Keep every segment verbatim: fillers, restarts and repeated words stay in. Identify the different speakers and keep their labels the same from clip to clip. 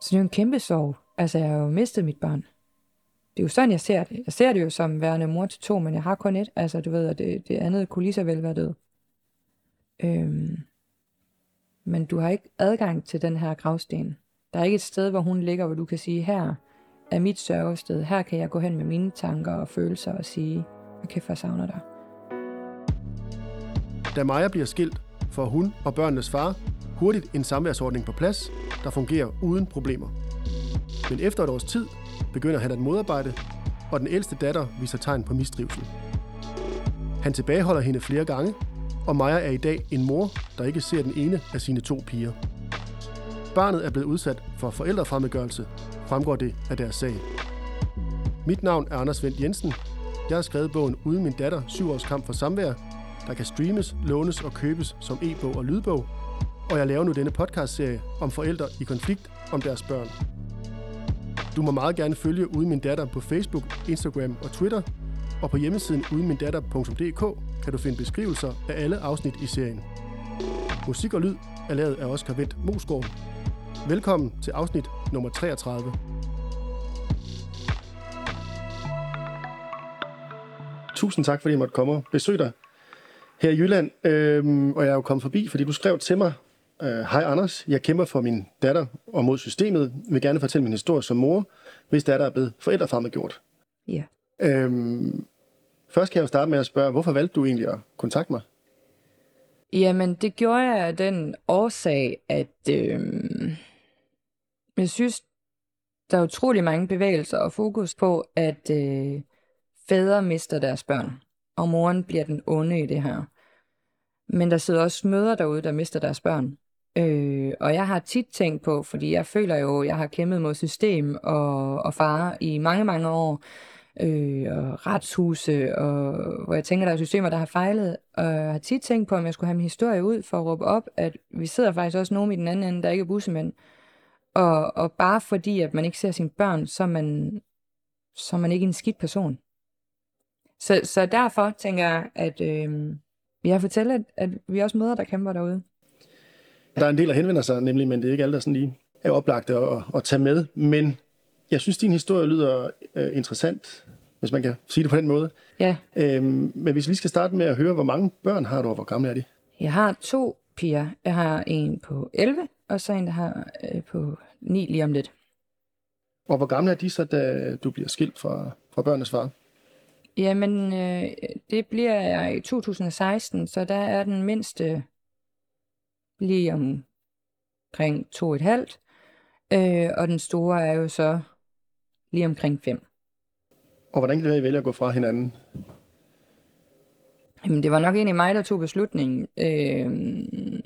Speaker 1: Så det er jo en kæmpe sorg. Altså, jeg har jo mistet mit barn. Det er jo sådan, jeg ser det. Jeg ser det jo som værende mor til to, men jeg har kun et. Altså, du ved, at det, det andet kunne lige så vel være død. Øhm, men du har ikke adgang til den her gravsten. Der er ikke et sted, hvor hun ligger, hvor du kan sige, her er mit sørgested. Her kan jeg gå hen med mine tanker og følelser og sige, okay, for jeg savner dig.
Speaker 2: Da Maja bliver skilt, får hun og børnenes far hurtigt en samværsordning på plads, der fungerer uden problemer. Men efter et års tid begynder han at modarbejde, og den ældste datter viser tegn på mistrivsel. Han tilbageholder hende flere gange, og Maja er i dag en mor, der ikke ser den ene af sine to piger. Barnet er blevet udsat for forældrefremmedgørelse, fremgår det af deres sag. Mit navn er Anders Wendt Jensen. Jeg har skrevet bogen Uden min datter, syv års kamp for samvær, der kan streames, lånes og købes som e-bog og lydbog, og jeg laver nu denne podcastserie om forældre i konflikt om deres børn. Du må meget gerne følge Uden min datter på Facebook, Instagram og Twitter, og på hjemmesiden uden min datter punktum d k kan du finde beskrivelser af alle afsnit i serien. Musik og lyd er lavet af Oscar Wendt Moesgaard. Velkommen til afsnit nummer treogtredive. Tusind tak, fordi jeg måtte komme og besøge dig her i Jylland. Øhm, og jeg er jo kommet forbi, fordi du skrev til mig, hej øh, Anders, jeg kæmper for min datter og mod systemet. Vil gerne fortælle min historie som mor, hvis datter er blevet forældrefremmedgjort.
Speaker 1: Ja.
Speaker 2: Øhm, først kan jeg jo starte med at spørge, hvorfor valgte du egentlig at kontakte mig?
Speaker 1: Jamen, det gjorde jeg af den årsag, at øh, jeg synes, der er utrolig mange bevægelser og fokus på, at øh, fædre mister deres børn, og moren bliver den onde i det her. Men der sidder også mødre derude, der mister deres børn. Øh, og jeg har tit tænkt på, fordi jeg føler jo, jeg har kæmpet mod system og, og far i mange, mange år, øh, og retshuse, og hvor jeg tænker, der er systemer, der har fejlet. Og jeg har tit tænkt på, om jeg skulle have min historie ud for at råbe op, at vi sidder faktisk også nogen i den anden ende, der ikke er bussemænd. Og, og bare fordi, at man ikke ser sine børn, så er man, så er man ikke en skidt person. Så, så derfor tænker jeg, at øh, jeg fortæller, at, at vi er også mødre, der kæmper derude.
Speaker 2: Der er en del, der henvender sig nemlig, men det er ikke alle, der sådan lige er oplagt at, at, at tage med. Men jeg synes, din historie lyder øh, interessant, hvis man kan sige det på den måde.
Speaker 1: Ja.
Speaker 2: Øhm, men hvis vi lige skal starte med at høre, hvor mange børn har du, og hvor gamle er de?
Speaker 1: Jeg har to piger. Jeg har en på elleve, og så en, der har øh, på ni lige om lidt.
Speaker 2: Og hvor gamle er de så, da du bliver skilt fra, fra børnenes far?
Speaker 1: Jamen, øh, det bliver jeg i to tusind og seksten, så der er den mindste lige omkring to og et halvt, øh, og den store er jo så lige omkring fem.
Speaker 2: Og hvordan kan det være, I vælger at gå fra hinanden?
Speaker 1: Jamen, det var nok egentlig mig, der tog beslutningen. Øh,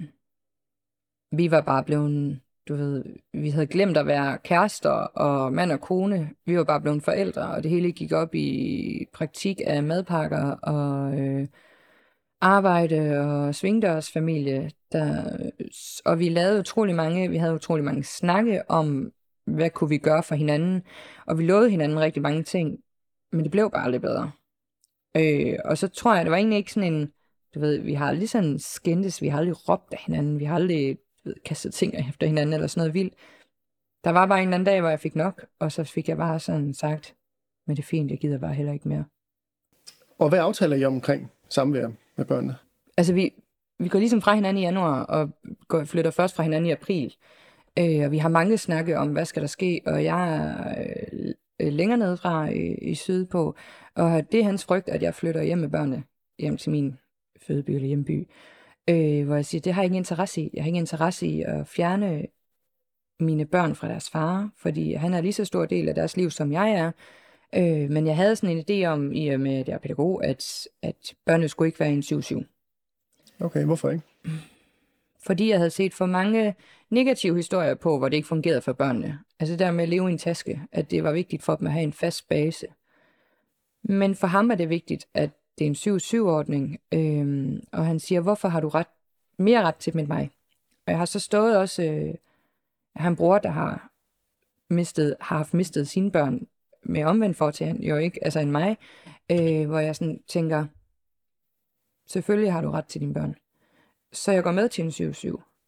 Speaker 1: vi var bare blevet, du ved, vi havde glemt at være kærester og mand og kone. Vi var bare blevet forældre, og det hele gik op i praktik af madpakker og øh, arbejde og svingdørsfamilie. Der, og vi lavede utrolig mange, vi havde utrolig mange snakke om, hvad kunne vi gøre for hinanden. Og vi lovede hinanden rigtig mange ting, men det blev bare aldrig bedre. Øh, og så tror jeg, det var egentlig ikke sådan en, du ved, vi har aldrig sådan skændtes, vi har aldrig råbt af hinanden, vi har aldrig du ved, kastet ting efter hinanden eller sådan noget vildt. Der var bare en eller anden dag, hvor jeg fik nok, og så fik jeg bare sådan sagt, men det er fint, jeg gider bare heller ikke mere.
Speaker 2: Og hvad aftaler I omkring samvær med børnene?
Speaker 1: Altså vi, vi går ligesom fra hinanden i januar, og går, flytter først fra hinanden i april. Øh, og vi har mange snakke om, hvad skal der ske, og jeg er øh, længere nede fra i, i sydpå, og det er hans frygt, at jeg flytter hjem med børnene, hjem til min fødeby eller hjemby, øh, hvor jeg siger, det har jeg ingen interesse i. Jeg har ingen interesse i at fjerne mine børn fra deres far, fordi han er lige så stor del af deres liv, som jeg er. Øh, men jeg havde sådan en idé om, i og med at jeg er pædagog, at, at børnene skulle ikke være i en syv syv.
Speaker 2: Okay, hvorfor ikke?
Speaker 1: Fordi jeg havde set for mange negative historier på, hvor det ikke fungerede for børnene. Altså der med at leve i en taske, at det var vigtigt for dem at have en fast base. Men for ham er det vigtigt, at det er en syv syv-ordning, øhm, og han siger, hvorfor har du ret, mere ret til dem end mig? Og jeg har så stået også, øh, jeg har en bror, der har, mistet, har haft mistet sine børn med omvendt fortænd, jo ikke, altså end mig, øh, hvor jeg sådan tænker, selvfølgelig har du ret til dine børn. Så jeg går med til en syv syv.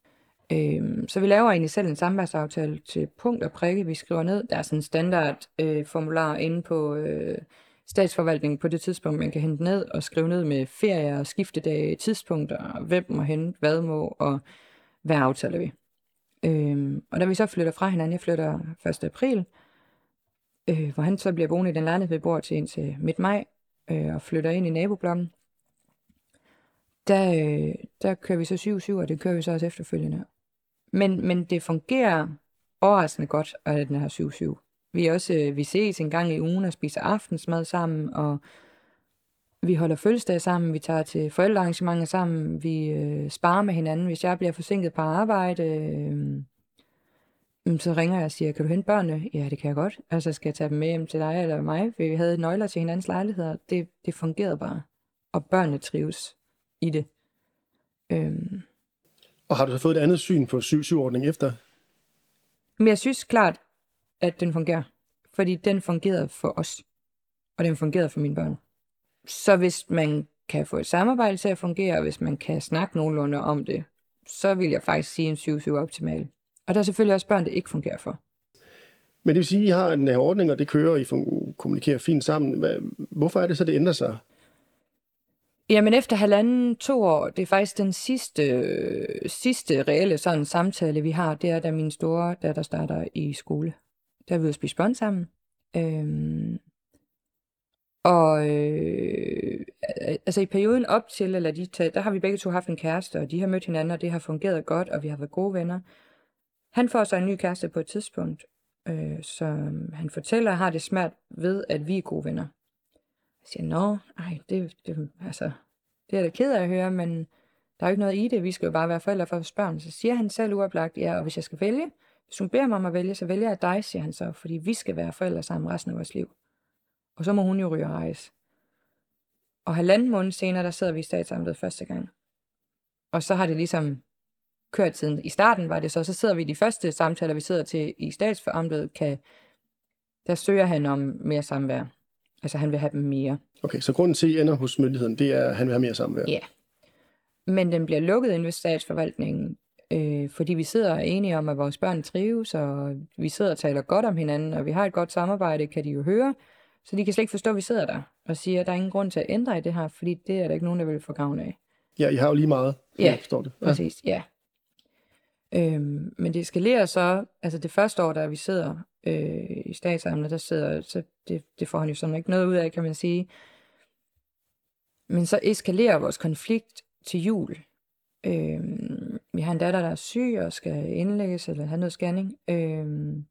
Speaker 1: Øhm, så vi laver egentlig selv en samværsaftale til punkt og prikke, vi skriver ned. Der er sådan en standard øh, formular inde på øh, statsforvaltningen på det tidspunkt, man kan hente ned og skrive ned med ferier og skiftedage, tidspunkter, hvem må hente, hvad må, og hvad aftaler vi. Øhm, og da vi så flytter fra hinanden, jeg flytter første april, øh, hvor han så bliver boende i den lejlighed, vi bor til indtil midt maj, øh, og flytter ind i naboblokken, der, øh, der kører vi så syv syv, og det kører vi så også efterfølgende. Men, men det fungerer overraskende godt, at den her syv syv. Vi også øh, vi ses en gang i ugen og spiser aftensmad sammen, og vi holder fødselsdag sammen, vi tager til forældrearrangementer sammen, vi øh, sparer med hinanden. Hvis jeg bliver forsinket på arbejde, øh, så ringer jeg og siger, kan du hente børnene? Ja, det kan jeg godt. Altså, skal jeg tage dem med hjem til dig eller mig? Vi havde nøgler til hinandens lejligheder. Det, det fungerede bare. Og børnene trives i det. Øhm.
Speaker 2: Og har du så fået et andet syn på syv syv-ordningen efter?
Speaker 1: Men jeg synes klart, at den fungerer. Fordi den fungerede for os. Og den fungerede for mine børn. Så hvis man kan få et samarbejde til at fungere, og hvis man kan snakke nogenlunde om det, så vil jeg faktisk sige en syv syv optimal. Og der er selvfølgelig også børn, det ikke fungerer for.
Speaker 2: Men det vil sige, at I har den her ordning, og det kører, og I kommunikerer fint sammen. Hvorfor er det så, det ændrer sig?
Speaker 1: Jamen efter halvanden, to år, det er faktisk den sidste, øh, sidste reelle sådan samtale, vi har, det er, da min store datter starter i skole. Der er vi ude at spise børn sammen. Øhm, og øh, altså i perioden op til, eller de, der har vi begge to haft en kæreste, og de har mødt hinanden, og det har fungeret godt, og vi har været gode venner. Han får så en ny kæreste på et tidspunkt, øh, så han fortæller, at har det svært ved, at vi er gode venner. Jeg siger, nå, ej, det, det, altså, det er da ked af at høre, men der er jo ikke noget i det, vi skal jo bare være forældre for vores børn. Så siger han selv uoplagt, ja, og hvis jeg skal vælge, hvis hun beder mig om at vælge, så vælger jeg dig, siger han så, fordi vi skal være forældre sammen resten af vores liv. Og så må hun jo ryge og rejse. Og halvanden måned senere, der sidder vi i statsamtet første gang. Og så har det ligesom kørt tiden. I starten var det så, så sidder vi i de første samtaler, vi sidder til i statsamtet, kan, der søger han om mere samvær. Altså han vil have dem mere.
Speaker 2: Okay, så grunden til, at I ender hos myndigheden, det er, at han vil have mere samvær?
Speaker 1: Ja. Men den bliver lukket inde ved statsforvaltningen, øh, fordi vi sidder enige om, at vores børn trives, og vi sidder og taler godt om hinanden, og vi har et godt samarbejde, kan de jo høre. Så de kan slet ikke forstå, at vi sidder der og siger, at der er ingen grund til at ændre i det her, fordi det er der ikke nogen, der vil få gavn af.
Speaker 2: Ja, I har jo lige meget,
Speaker 1: ja,
Speaker 2: jeg forstår det.
Speaker 1: Ja, præcis, ja. Øhm, men det eskalerer så, altså det første år, der vi sidder øh, i statsamtet, der sidder, så det, det får han jo sådan ikke noget ud af, kan man sige. Men så eskalerer vores konflikt til jul. Øhm, vi har en datter, der er syg og skal indlægges eller have noget scanning. Øhm,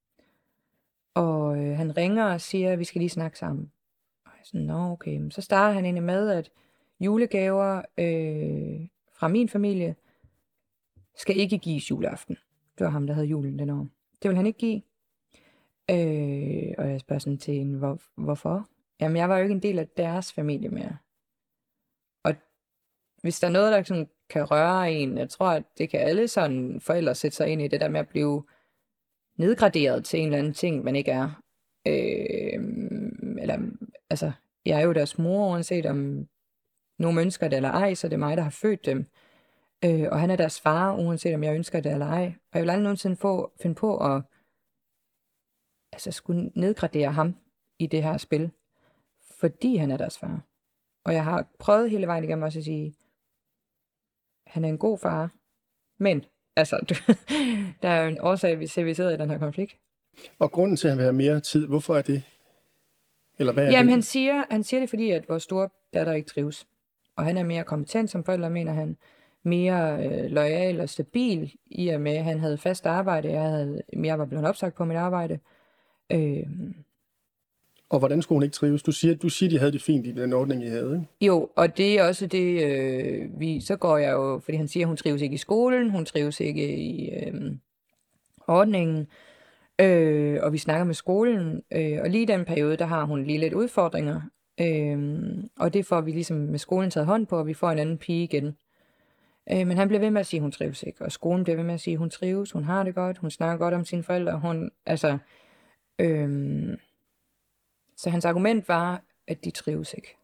Speaker 1: og øh, han ringer og siger, at vi skal lige snakke sammen. Og jeg er sådan, nå okay. Så starter han egentlig med, at julegaver øh, fra min familie skal ikke gives juleaften. Det var ham, der havde julen den år. Det vil han ikke give. Øh, og jeg spørger sådan til hende, hvor, hvorfor? Jamen, jeg var jo ikke en del af deres familie mere. Og hvis der er noget, der sådan kan røre en, jeg tror, at det kan alle sådan forældre sætte sig ind i, det der med at blive nedgraderet til en eller anden ting, man ikke er. Øh, eller, altså, jeg er jo deres mor, uanset om nogen ønsker det eller ej, så det er mig, der har født dem. Øh, og han er deres far, uanset om jeg ønsker det eller ej. Og jeg vil aldrig nogensinde få, finde på at altså, skulle nedgradere ham i det her spil, fordi han er deres far. Og jeg har prøvet hele vejen igennem også at sige, han er en god far, men altså, der er jo en årsag, vi ser, vi sidder i den her konflikt.
Speaker 2: Og grunden til, at han vil have mere tid, hvorfor er det? Eller hvad er
Speaker 1: Jamen,
Speaker 2: det?
Speaker 1: han siger, han siger det, fordi at vores store datter ikke trives. Og han er mere kompetent som forælder, mener han. Mere øh, loyal og stabil, i og med, at han havde fast arbejde. Jeg, havde, jeg var blevet opsagt på mit arbejde. Øh,
Speaker 2: og hvordan skulle hun ikke trives? Du siger, du siger, de havde det fint i den ordning, I havde, ikke?
Speaker 1: Jo, og det er også det, øh, vi, så går jeg jo, fordi han siger, at hun trives ikke i skolen, hun trives ikke i øh, ordningen, øh, og vi snakker med skolen, øh, og lige i den periode, der har hun lige lidt udfordringer, øh, og det får vi ligesom med skolen taget hånd på, og vi får en anden pige igen. Øh, men han bliver ved med at sige, at hun trives ikke, og skolen bliver ved med at sige, at hun trives, hun har det godt, hun snakker godt om sine forældre, hun, altså, øh, så hans argument var, at de trives ikke.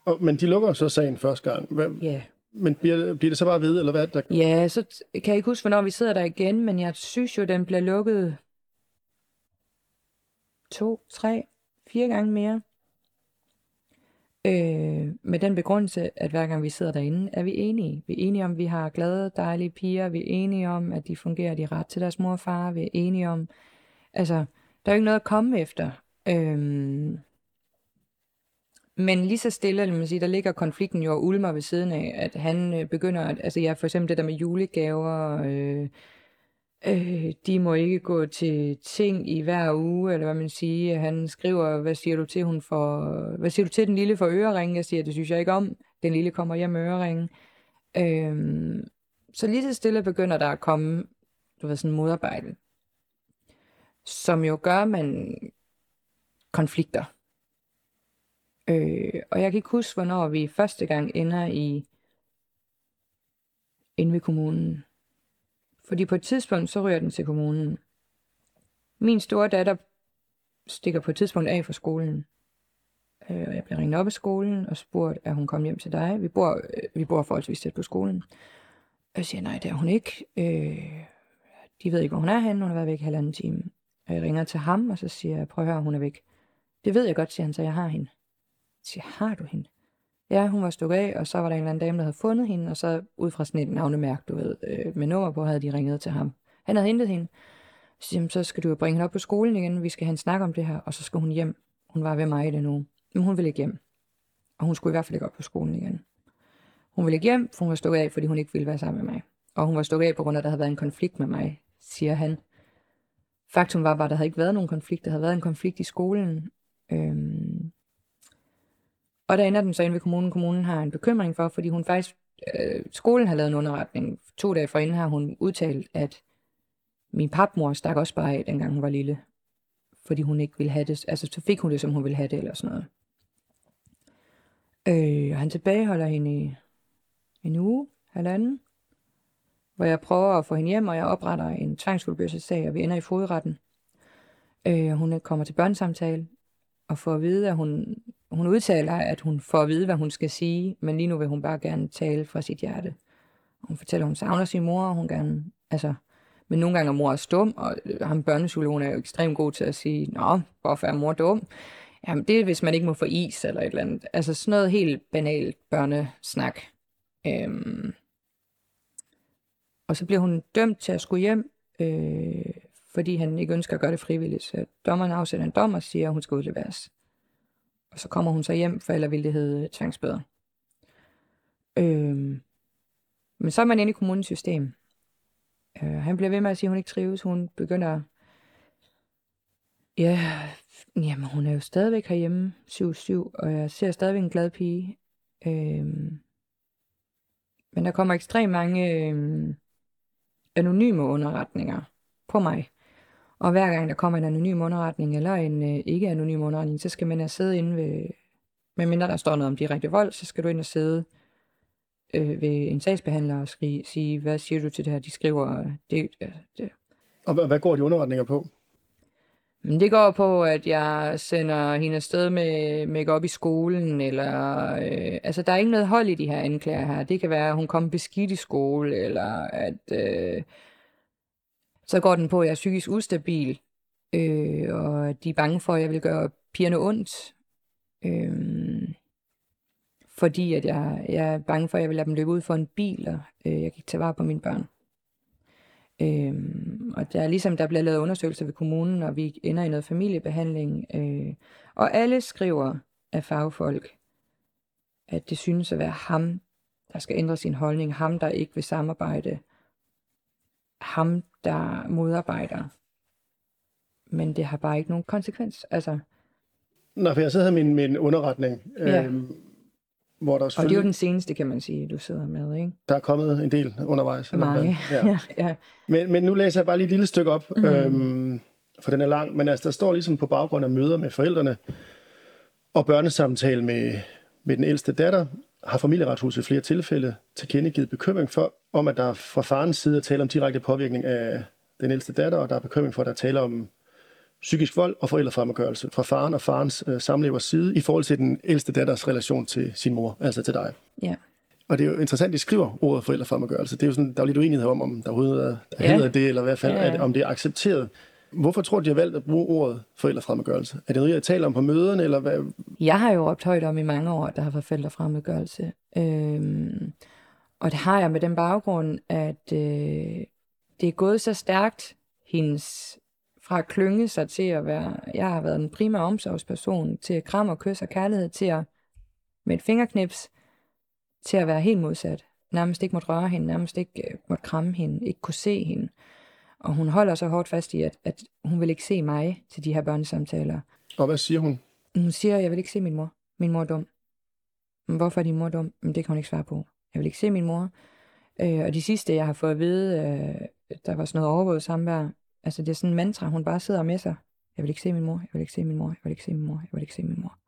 Speaker 2: Og, men de lukker så sagen første gang. Hvad,
Speaker 1: Ja.
Speaker 2: Men bliver, bliver det så bare ved, eller hvad er det, der...
Speaker 1: Ja, så t- kan jeg ikke huske, hvornår vi sidder der igen, men jeg synes jo, den bliver lukket to, tre, fire gange mere. Øh, med den begrundelse, at hver gang vi sidder derinde, er vi enige. Vi er enige om, at vi har glade, dejlige piger. Vi er enige om, at de fungerer de ret til deres mor og far. Vi er enige om... Altså, der er jo ikke noget at komme efter. Øhm, men lige så stille, vil man sige, der ligger konflikten jo og ulmer ved siden af, at han øh, begynder... At, altså, ja, for eksempel det der med julegaver... Øh, Øh, de må ikke gå til ting i hver uge, eller hvad man siger. Han skriver, hvad siger du til, hun får, hvad siger du til den lille for øreringe? Jeg siger, det synes jeg ikke om. Den lille kommer hjem med øreringe. Øh, så lige så stille begynder der at komme, du ved, sådan modarbejde, som jo gør, man konflikter. Øh, og jeg kan ikke huske, hvornår vi første gang ender i inde ved kommunen. Fordi på et tidspunkt, så ryger den til kommunen. Min store datter stikker på et tidspunkt af fra skolen. Øh, og jeg bliver ringet op af skolen og spurgt, at hun kom hjem til dig. Vi bor, øh, vi bor forholdsvis tæt på skolen. Og jeg siger, nej, det er hun ikke. Øh, de ved ikke, hvor hun er henne. Hun har været væk i halvanden time. Og jeg ringer til ham, og så siger jeg, prøv at høre, hun er væk. Det ved jeg godt, siger han, så jeg har hende. Jeg siger, har du hende? Ja, hun var stukket af, og så var der en eller anden dame, der havde fundet hende, og så ud fra sådan et navnemærke, du ved, øh, med nummer på, havde de ringet til ham. Han havde hentet hende. Så siger, så skal du jo bringe hende op på skolen igen, vi skal have en snak om det her, og så skal hun hjem. Hun var ved mig i det nu. Men hun ville ikke hjem. Og hun skulle i hvert fald ikke op på skolen igen. Hun ville ikke hjem, for hun var stukket af, fordi hun ikke ville være sammen med mig. Og hun var stukket af, på grund af, at der havde været en konflikt med mig, siger han. Faktum var bare, at der havde ikke været nogen konflikt. Der havde været en konflikt i skolen. Øhm Og der ender den så ind ved kommunen. Kommunen har en bekymring for, fordi hun faktisk... Øh, skolen har lavet en underretning. To dage forinden har hun udtalt, at min papmor stak også bare af, dengang hun var lille. Fordi hun ikke ville have det. Altså, så fik hun det, som hun ville have det, eller sådan noget. Øh, og han tilbageholder hende i en uge, halvanden, hvor jeg prøver at få hende hjem, og jeg opretter en tvangsfuldbyrdelsessag, og vi ender i fogedretten. Øh, hun kommer til børnesamtale, og får at vide, at hun... Hun udtaler, at hun får at vide, hvad hun skal sige, men lige nu vil hun bare gerne tale fra sit hjerte. Hun fortæller, at hun savner sin mor, og hun gerne, altså, men nogle gange er mor er dum, og ham børnepsykologen er jo ekstremt god til at sige, nå, hvorfor er mor dum? Jamen, det er, hvis man ikke må få is, eller et eller andet. Altså sådan noget helt banalt børnesnak. Øhm. Og så bliver hun dømt til at skulle hjem, øh, fordi han ikke ønsker at gøre det frivilligt. Så dommeren afsætter en dom og siger, at hun skal udleveres. Og så kommer hun så hjem, for ellers ville det hedde tvangsbøder. Øhm. Men så er man inde i kommunens system. Øh, han bliver ved med at sige, at hun ikke trives. Hun begynder... Ja, jamen hun er jo stadigvæk herhjemme, syv syv, og jeg ser stadigvæk en glad pige. Øhm. Men der kommer ekstremt mange øhm, anonyme underretninger på mig. Og hver gang der kommer en anonym underretning, eller en øh, ikke-anonym underretning, så skal man have sidde inde ved... Medmindre der står noget om direkte vold, så skal du ind og sidde øh, ved en sagsbehandler og skrige, sige, hvad siger du til det her? De skriver... Det, det.
Speaker 2: Og hvad går de underretninger på?
Speaker 1: Men det går på, at jeg sender hende afsted med make-up i skolen, eller... Øh, altså, der er ikke noget hold i de her anklager her. Det kan være, at hun kom beskidt i skole, eller at... Øh, så går den på, at jeg er psykisk ustabil, øh, og de er bange for, at jeg vil gøre pigerne ondt. Øh, fordi at jeg, jeg er bange for, at jeg vil lade dem løbe ud for en bil, og øh, jeg kan ikke tage vare på mine børn. Øhm, og der er ligesom, der bliver lavet undersøgelser ved kommunen, og vi ender i noget familiebehandling. Øh, og alle skriver af fagfolk, at det synes at være ham, der skal ændre sin holdning. Ham, der ikke vil samarbejde. Ham, der modarbejder. Men det har bare ikke nogen konsekvens. Altså.
Speaker 2: Nå, for jeg sidder her med en, med en underretning.
Speaker 1: Ja.
Speaker 2: Øhm, hvor der
Speaker 1: og det er jo den seneste, kan man sige, du sidder med, ikke?
Speaker 2: Der er kommet en del undervejs.
Speaker 1: Mange,
Speaker 2: ja.
Speaker 1: ja, ja.
Speaker 2: Men, men nu læser jeg bare lige et lille stykke op, mm. øhm, for den er lang. Men altså, der står ligesom på baggrund af møder med forældrene og børnesamtale med, med den ældste datter, har Familieretshuset i flere tilfælde tilkendegivet bekymring for, om at der fra farens side er tale om direkte påvirkning af den ældste datter, og der er bekymring for, at der er tale om psykisk vold og forældrefremmedgørelse fra faren og farens øh, samlevers side i forhold til den ældste datters relation til sin mor, altså til dig.
Speaker 1: Ja.
Speaker 2: Og det er jo interessant, at de skriver ordet forældrefremmedgørelse. Det er jo sådan, der er jo lidt uenighed om, om der overhovedet er,
Speaker 1: Ja.
Speaker 2: hedder det, eller i hvert fald,
Speaker 1: Ja, ja.
Speaker 2: at, om det er accepteret. Hvorfor tror du, de har valgt at bruge ordet forældrefremmedgørelse? Er det noget, jeg taler om på møderne, eller hvad?
Speaker 1: Jeg har jo råbt højt om i mange år, at der har været forældrefremmedgørelse. Øhm, og det har jeg med den baggrund, at øh, det er gået så stærkt, hendes fra at klynge sig til at være, jeg har været en primær omsorgsperson, til at kramme og kysse og kærlighed, til at med et fingerknips, til at være helt modsat. Nærmest ikke måtte røre hende, nærmest ikke øh, måtte kramme hende, ikke kunne se hende. Og hun holder så hårdt fast i, at, at hun vil ikke se mig til de her børnesamtaler.
Speaker 2: Og hvad siger hun?
Speaker 1: Hun siger, jeg vil ikke se min mor. Min mor er dum. Men hvorfor er din mor dum? Men det kan hun ikke svare på. Jeg vil ikke se min mor. Øh, og de sidste, jeg har fået at vide, øh, der var sådan noget overvåget samvær. Altså det er sådan en mantra, hun bare sidder med sig. Jeg vil ikke se min mor. Jeg vil ikke se min mor. Jeg vil ikke se min mor. Jeg vil ikke se min mor.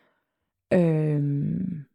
Speaker 1: Øhm...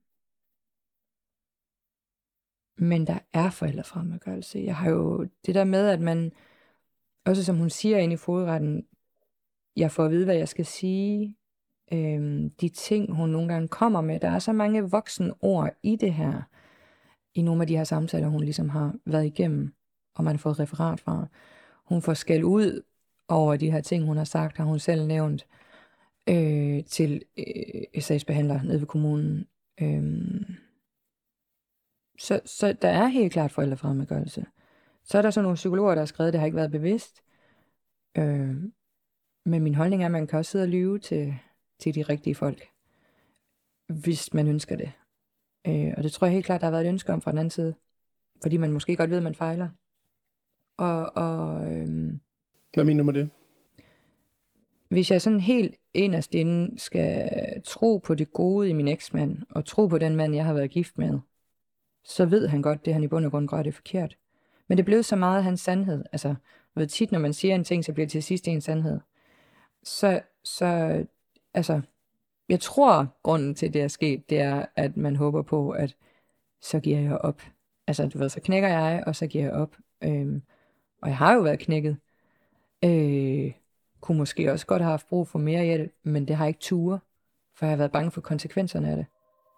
Speaker 1: Men der er forældrefremmedgørelse. Jeg har jo det der med, at man, også som hun siger inde i fodretten, jeg får at vide, hvad jeg skal sige. Øhm, de ting, hun nogle gange kommer med. Der er så mange voksne ord i det her, i nogle af de her samtaler, hun ligesom har været igennem, og man har fået referat fra. Hun får skæld ud over de her ting, hun har sagt, har hun selv nævnt, øh, til øh, sagsbehandler nede ved kommunen. Øhm, så, så der er helt klart forældrefremmedgørelse. Så er der så nogle psykologer, der har skrevet, det har ikke været bevidst. Øh, men min holdning er, at man kan også sidde og lyve til, til de rigtige folk, hvis man ønsker det. Øh, og det tror jeg helt klart, der har været et ønske om fra den anden side. Fordi man måske godt ved, at man fejler. Og, og øhm,
Speaker 2: Hvad mener du med det?
Speaker 1: hvis jeg sådan helt inderst inde skal tro på det gode i min eksmand, og tro på den mand, jeg har været gift med, så ved han godt, det han i bund og grund gør, det er forkert. Men det blev så meget hans sandhed. Altså, ved tit, når man siger en ting, så bliver det til sidst en sandhed. Så, så altså, jeg tror, grunden til, det er sket, det er, at man håber på, at så giver jeg op. Altså, du ved, så knækker jeg, og så giver jeg op. Øhm, og jeg har jo været knækket. Øh, kunne måske også godt have haft brug for mere hjælp, men det har jeg ikke ture, for jeg har været bange for konsekvenserne af det.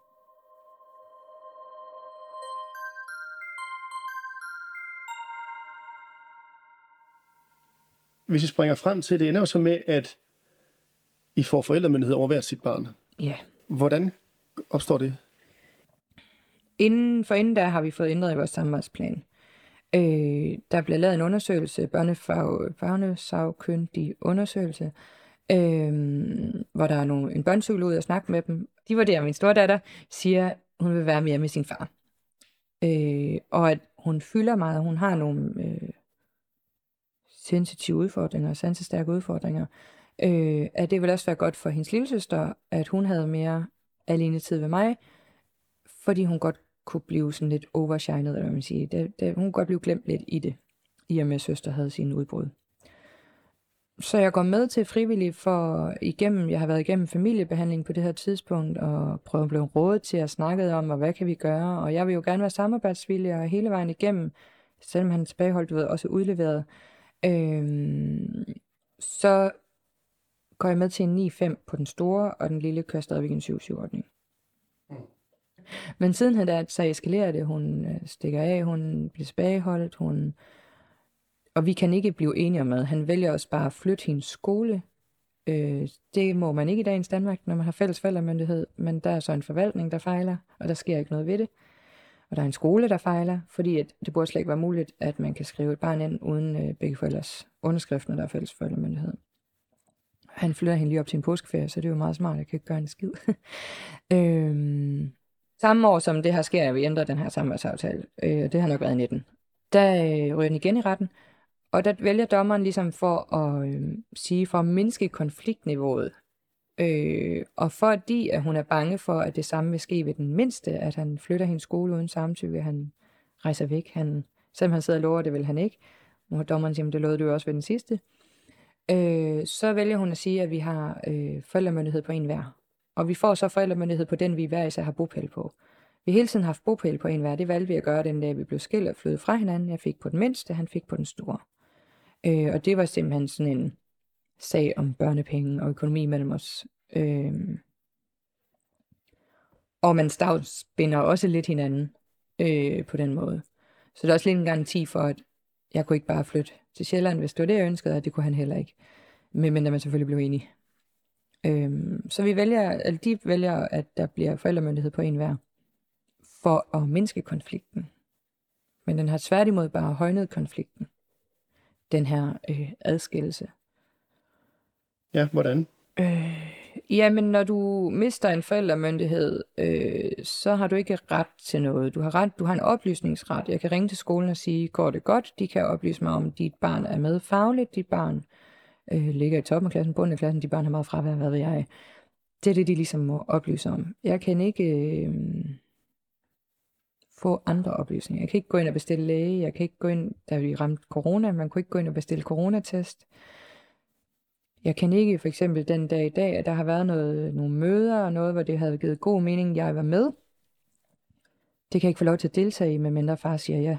Speaker 2: Hvis I springer frem til det, ender jo så med, at I får forældremyndighed over hvert sit barn.
Speaker 1: Ja.
Speaker 2: Hvordan opstår det?
Speaker 1: Inden, for inden der har vi fået ændret i vores samarbejdsplan. Øh, der bliver lavet en undersøgelse, børnefag, børnesagkyndig undersøgelse, øh, hvor der er nogle, en børnepsykolog ude og snakke med dem. De vurderer, at min store datter siger, hun vil være mere med sin far. Øh, og at hun fylder meget, hun har nogle øh, sensitive udfordringer, sansestærke udfordringer. Øh, at det vil også være godt for hendes lillesøster, at hun havde mere alene tid ved mig, fordi hun godt kunne blive sådan lidt overshined, eller hvad man siger. Det, det, hun kunne godt blive glemt lidt i det, i og med at søster havde sine udbrud. Så jeg går med til frivillig for igennem, jeg har været igennem familiebehandling på det her tidspunkt, og prøvet at blive rådet til at snakke om, og hvad kan vi gøre, og jeg vil jo gerne være samarbejdsvillig, og hele vejen igennem, selvom han tilbageholdt, du ved, også udleveret, øhm, så går jeg med til en ni fem på den store, og den lille kører stadigvæk en syv syv-ordning. Men siden han der, så eskalerer det, hun stikker af, hun bliver tilbageholdt, hun... og vi kan ikke blive enige om, at han vælger også bare at flytte hendes skole. Øh, det må man ikke i dagens Danmark, når man har fælles forældremyndighed, men der er så en forvaltning, der fejler, og der sker ikke noget ved det. Og der er en skole, der fejler, fordi at det burde slet ikke være muligt, at man kan skrive et barn ind uden øh, begge forældres underskrift, når der er fælles forældremyndighed. Han flytter hende lige op til en påskeferie, så det er jo meget smart, jeg kan ikke gøre en skid. øhm, samme år som det her sker, at vi ændrer den her samarbejdsaftale, øh, det har nok været i nitten, der øh, ryger den igen i retten, og der vælger dommeren ligesom for at øh, sige, for at mindske konfliktniveauet, øh, og fordi at hun er bange for, at det samme vil ske ved den mindste, at han flytter hendes skole uden samtykke, han rejser væk, han, selvom han sidder og lover, det vil han ikke, nu har dommeren sagt, det lovede du også ved den sidste, øh, så vælger hun at sige, at vi har øh, forældremyndighed på en hver, og vi får så forældremyndighed på den, vi hver især har bopæl på. Vi har hele tiden haft bopæl på en hver. Det valgte vi at gøre den dag, vi blev skilt og flyttede fra hinanden. Jeg fik på den mindste, han fik på den store. Øh, og det var simpelthen sådan en sag om børnepenge og økonomi mellem os. Øh, og man stavsbinder også lidt hinanden øh, på den måde. Så det er også lidt en garanti for, at jeg kunne ikke bare flytte til Sjælland, hvis det var det, jeg ønskede, og det kunne han heller ikke. Medmindre man selvfølgelig blev enige. Øhm, så vi vælger, altså de vælger, at der bliver forældremyndighed på en hver, for at mindske konflikten. Men den har tværtimod bare højnet konflikten. Den her øh, adskillelse.
Speaker 2: Ja, hvordan?
Speaker 1: Øh, jamen, når du mister en forældremyndighed, øh, så har du ikke ret til noget. Du har ret, du har en oplysningsret. Jeg kan ringe til skolen og sige, går det godt? De kan oplyse mig om, dit barn er med fagligt, dit barn øh, ligger i toppen af klassen, bunden af klassen, dit barn har meget fravær, hvad ved jeg. Det er det, de ligesom må oplyse om. Jeg kan ikke øh, få andre oplysninger. Jeg kan ikke gå ind og bestille læge. Jeg kan ikke gå ind, da vi ramte corona, man kunne ikke gå ind og bestille coronatest. Jeg kan ikke, for eksempel den dag i dag, at der har været noget, nogle møder og noget, hvor det havde givet god mening, jeg var med. Det kan jeg ikke få lov til at deltage i, medmindre far siger ja.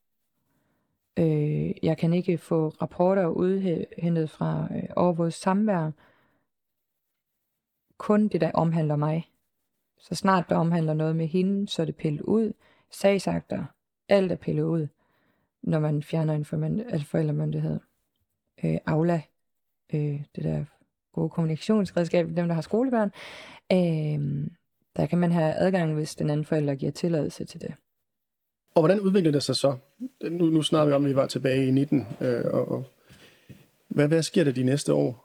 Speaker 1: Øh, jeg kan ikke få rapporter udhentet fra øh, over vores samvær. Kun det, der omhandler mig. Så snart der omhandler noget med hende, så er det pillet ud. Sagsakter, alt er pillet ud, når man fjerner en forældremyndighed. Øh, Aula, øh, det der gode kommunikationsredskab, dem der har skolebørn, øh, der kan man have adgang, hvis den anden forælder giver tilladelse til det.
Speaker 2: Og hvordan udvikler det sig så? Nu, nu snakker vi om, at vi var tilbage i nitten, øh, og, og hvad, hvad sker der de næste år?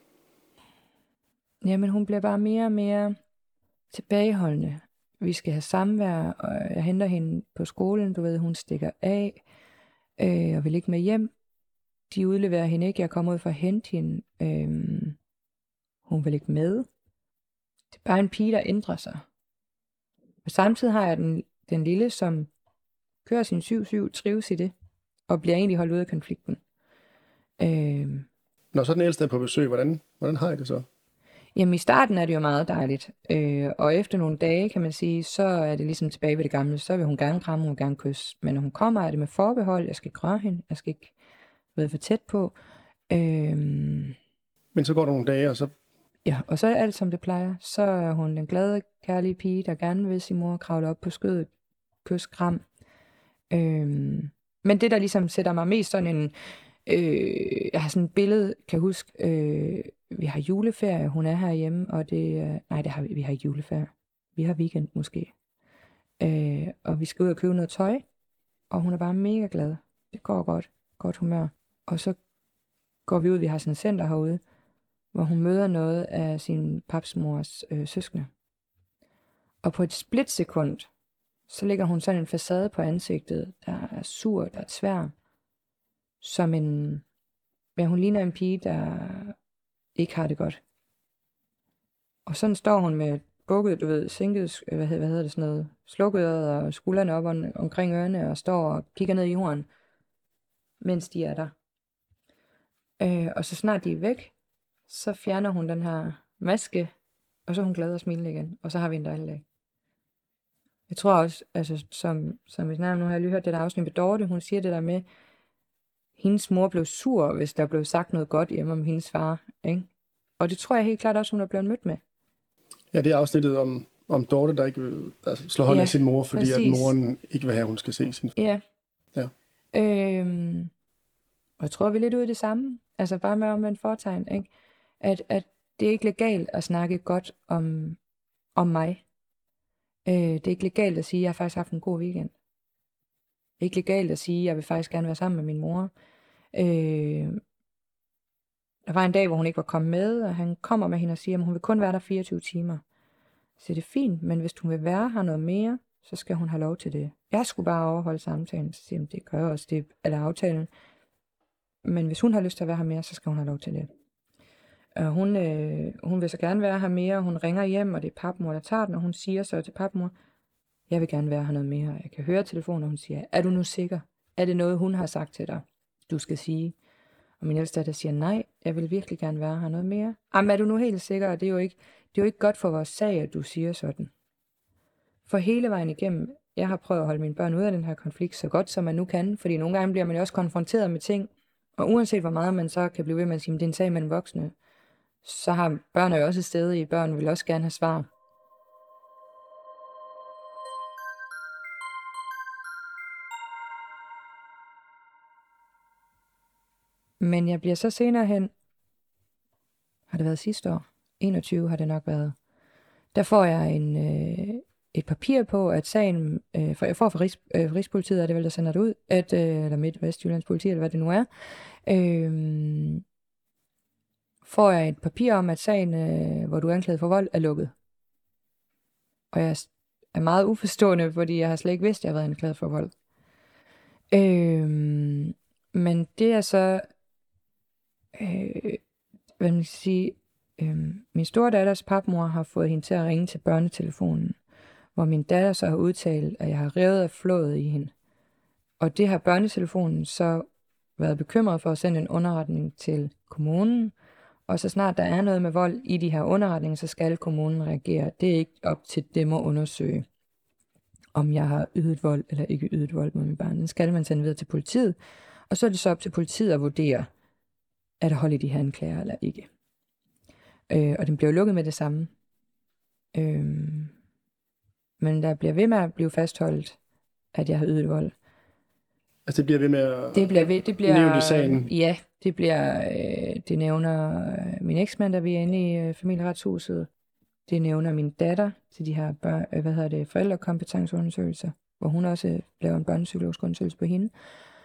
Speaker 1: Jamen, hun bliver bare mere og mere tilbageholdende. Vi skal have samvær, og jeg henter hende på skolen, du ved, hun stikker af, øh, og vil ikke med hjem. De udleverer hende ikke, jeg kommer ud for at hente hende. Øh, hun vil ikke med. Det er bare en pige, der ændrer sig. Og samtidig har jeg den, den lille, som kører sin syv syv, trives i det, og bliver egentlig holdt ude af konflikten. Øh,
Speaker 2: Når så den ældste er på besøg, hvordan, hvordan har I det så?
Speaker 1: Jamen i starten er det jo meget dejligt, øh, og efter nogle dage, kan man sige, så er det ligesom tilbage ved det gamle. Så vil hun gerne kramme, hun vil gerne kysse. Men når hun kommer, er det med forbehold. Jeg skal ikke røre hende, jeg skal ikke være for tæt på. Øh,
Speaker 2: Men så går der nogle dage, og så...
Speaker 1: Ja, og så er alt som det plejer. Så er hun den glade, kærlige pige, der gerne vil sin mor kravle op på skødet, kys, kram. Øh, men det, der ligesom sætter mig mest sådan en... Øh, jeg har sådan et billede, kan huske... Øh, vi har juleferie, hun er herhjemme, og det er... Nej, det har vi, vi har ikke juleferie. Vi har weekend måske. Øh, og vi skal ud og købe noget tøj, og hun er bare mega glad. Det går godt. Godt humør. Og så går vi ud, vi har sådan et center herude, hvor hun møder noget af sin papsmors øh, søskende. Og på et splitsekund, så lægger hun sådan en facade på ansigtet, der er sur, der er svær. Som en... Ja, hun ligner en pige, der ikke har det godt. Og sådan står hun med bukket, du ved, sænket, hvad hedder, hvad hedder det sådan noget, slukket og skuldrene op om, omkring ørerne, og står og kigger ned i jorden, mens de er der. Øh, og så snart de er væk, så fjerner hun den her maske, og så er hun glad og smiler igen, og så har vi en dejlig dag. Jeg tror også, altså som, som vi snakker nu, har jeg lige hørt det der afsnit med Dorte, hun siger det der med, hendes mor blev sur, hvis der blev sagt noget godt hjemme om hendes far, ikke? Og det tror jeg helt klart også, hun er blevet mødt med. Ja,
Speaker 2: det er afsnittet om, om Dorte, der ikke vil altså, slå hånd af ja, sin mor, fordi præcis. At moren ikke vil have, at hun skal se sin far.
Speaker 1: Ja.
Speaker 2: ja.
Speaker 1: Øhm, og jeg tror, vi er lidt ude i det samme. Altså bare med omvendt fortegn, ikke? At, at det er ikke legalt at snakke godt om, om mig. Øh, det er ikke legalt at sige, at jeg har faktisk haft en god weekend. Det er ikke legalt at sige, at jeg vil faktisk gerne være sammen med min mor. Øh, der var en dag, hvor hun ikke var kommet med, og han kommer med hende og siger, at hun vil kun være der fireogtyve timer. Så det er fint, men hvis hun vil være her noget mere, så skal hun have lov til det. Jeg skulle bare overholde samtalen, så siger hun, det gør jeg også, det, eller aftalen. Men hvis hun har lyst til at være her mere, så skal hun have lov til det. Og hun, øh, hun vil så gerne være her mere, og hun ringer hjem, og det er papmor, der tager den, og hun siger så til papmor, jeg vil gerne være her noget mere. Jeg kan høre telefonen, og hun siger, er du nu sikker? Er det noget, hun har sagt til dig, du skal sige? Og min ældste datter siger, nej, jeg vil virkelig gerne være her noget mere. Jamen, er du nu helt sikker? Og det er jo ikke, det er jo ikke godt for vores sag, at du siger sådan. For hele vejen igennem, jeg har prøvet at holde mine børn ud af den her konflikt så godt, som man nu kan. Fordi nogle gange bliver man jo også konfronteret med ting, Og uanset hvor meget man så kan blive ved med at sige, at det er en sag mellem voksne, så har børn jo også et sted i, børn vil også gerne have svar. Men jeg bliver så senere hen, har det været sidste år, enogtyve har det nok været, der får jeg en, øh, et papir på, at sagen, øh, for jeg får fra Rigs, øh, Rigspolitiet, og det vil der sender det ud, at, øh, eller Midt-Vestjyllands politi, eller hvad det nu er, øh, får jeg et papir om, at sagen, øh, hvor du er anklaget for vold, er lukket. Og jeg er meget uforstående, fordi jeg har slet ikke vidst, at jeg har været anklaget for vold. Øh, men det er så, øh, hvad man skal sige, øh, min store datters papmor har fået hende til at ringe til børnetelefonen, hvor min datter så har udtalt, at jeg har revet og flået i hende. Og det har børnetelefonen så været bekymret for at sende en underretning til kommunen, og så snart der er noget med vold i de her underretninger, så skal kommunen reagere. Det er ikke op til dem at undersøge, om jeg har ydet vold eller ikke ydet vold mod min barn. Den skal man sende videre til politiet, og så er det så op til politiet at vurdere, er der hold i de her anklager eller ikke. Øh, og den bliver jo lukket med det samme. Øh, men der bliver ved med at blive fastholdt, at jeg har ydet vold.
Speaker 2: Altså det bliver ved med at
Speaker 1: det bliver ved, det bliver,
Speaker 2: nævne i sagen?
Speaker 1: Ja, det bliver, øh, det nævner min eksmand, der vi er inde i øh, familieretshuset. Det nævner min datter til de her bør, øh, hvad hedder det, forældrekompetenceundersøgelser, hvor hun også laver en børnepsykologisk undersøgelse på hende.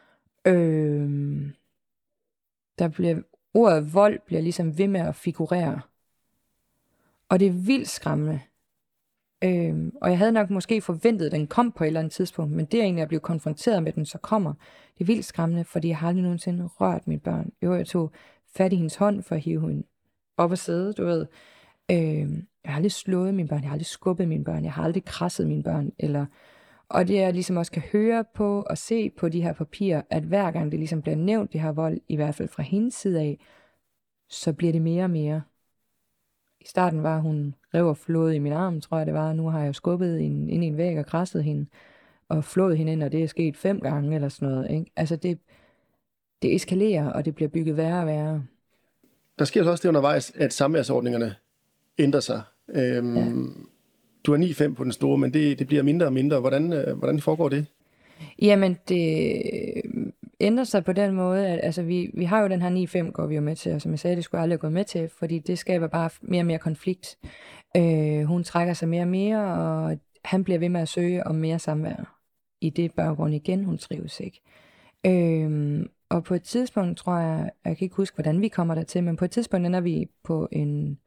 Speaker 1: Øh, der bliver, ordet vold bliver ligesom ved med at figurere. Og det er vildt skræmmende. Øhm, og jeg havde nok måske forventet, at den kom på et eller andet tidspunkt, men det er egentlig at blive konfronteret med den, så kommer. Det er vildt skræmmende, fordi jeg har aldrig nogensinde rørt mine børn. Jo, jeg tog fat i hendes hånd for at hive hende op og sidde, du ved. Øhm, jeg har aldrig slået mine børn, jeg har aldrig skubbet mine børn, jeg har aldrig krasset mine børn. Eller... Og det jeg ligesom også kan høre på og se på de her papirer, at hver gang det ligesom bliver nævnt, det her vold, i hvert fald fra hendes side af, så bliver det mere og mere. I starten var hun rev og flået i min arm, tror jeg det var. Nu har jeg skubbet ind, ind i en væg og krasset hende, og flået hende ind, og det er sket fem gange eller sådan noget. Ikke? Altså det, det eskalerer, og det bliver bygget værre og værre.
Speaker 2: Der sker så også det undervejs, at samværsordningerne ændrer sig. Øhm, ja. Du er ni fem på den store, men det, det bliver mindre og mindre. Hvordan, øh, hvordan foregår det?
Speaker 1: Jamen, det ændrer sig på den måde, at altså, vi, vi har jo den her ni fem, går vi jo med til, og som jeg sagde, det skulle jeg aldrig gå med til, fordi det skaber bare mere og mere konflikt. Øh, hun trækker sig mere og mere, og han bliver ved med at søge om mere samvær. I det baggrund igen, hun trives ikke. Øh, og på et tidspunkt, tror jeg, jeg kan ikke huske, hvordan vi kommer der til, men på et tidspunkt ender vi på en...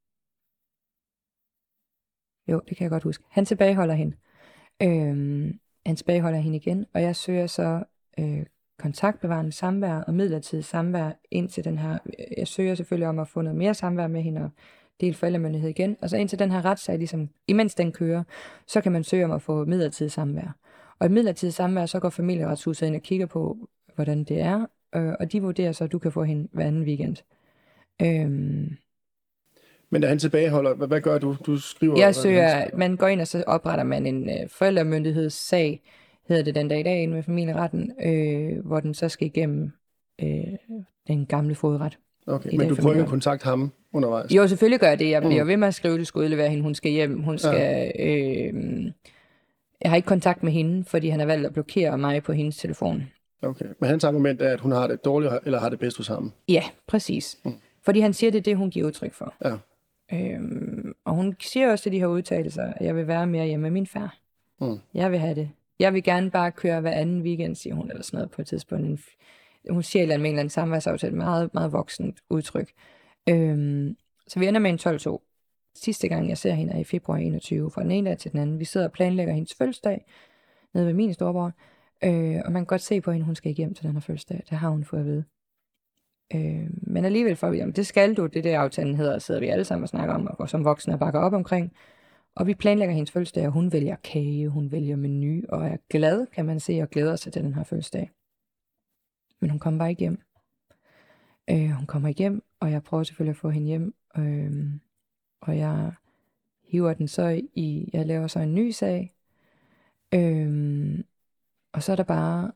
Speaker 1: Jo, det kan jeg godt huske. Han tilbageholder hende. Øh, Han tilbageholder hende igen, og jeg søger så øh, kontaktbevarende samvær og midlertidig samvær ind til den her. Jeg søger selvfølgelig om at få noget mere samvær med hende og dele forældremyndighed igen. Og så indtil den her retssag, ligesom, imens den kører, så kan man søge om at få midlertidig samvær. Og i midlertidig samvær, så går familieretshuset ind og kigger på, hvordan det er, øh, og de vurderer så, at du kan få hende hver anden weekend. Øhm,
Speaker 2: Men da han tilbageholder, hvad, hvad gør du? Du skriver...
Speaker 1: Jeg søger, man går ind, og så opretter man en øh, forældremyndighedssag, hedder det den dag i dag, inde med familieretten, øh, hvor den så skal igennem øh, den gamle fodret.
Speaker 2: Okay, men du prøver ikke at kontakte ham undervejs?
Speaker 1: Jo, selvfølgelig gør jeg det. Jeg bliver mm. ved med at skrive, at du skal udlevere hende, hun skal hjem, hun skal... Ja. Øh, jeg har ikke kontakt med hende, fordi han har valgt at blokere mig på hendes telefon.
Speaker 2: Okay, men hans argument er, at hun har det dårligt, eller har det bedst hos ham?
Speaker 1: Ja, præcis. Mm. Fordi han siger, det er det, hun giver udtryk for.
Speaker 2: Ja.
Speaker 1: Øhm, og hun siger også til de her udtalelser, at jeg vil være mere hjemme med min far. Mm. Jeg vil have det. Jeg vil gerne bare køre hver anden weekend, siger hun, eller sådan noget på et tidspunkt. Hun siger et eller andet med en eller anden samværsaftale, meget, meget voksent udtryk. Øhm, så vi ender med en tolv to. Sidste gang, jeg ser hende, er i februar enogtyve, fra den ene dag til den anden. Vi sidder og planlægger hendes fødselsdag, nede ved min storebror. Øh, og man kan godt se på hende, hun skal hjem til den her fødselsdag. Det har hun fået at vide. Øh, men alligevel får vi, jamen det skal du, det der aftalen hedder, sidder vi alle sammen og snakker om, og som voksne bakker op omkring. Og vi planlægger hendes fødselsdag, og hun vælger kage, hun vælger menu, og er glad, kan man se, og glæder sig til den her fødselsdag. Men hun kommer bare ikke hjem. Øh, hun kommer ikke hjem, og jeg prøver selvfølgelig at få hende hjem. Øh, og jeg hiver den så i, jeg laver så en ny sag. Øh, og så er der bare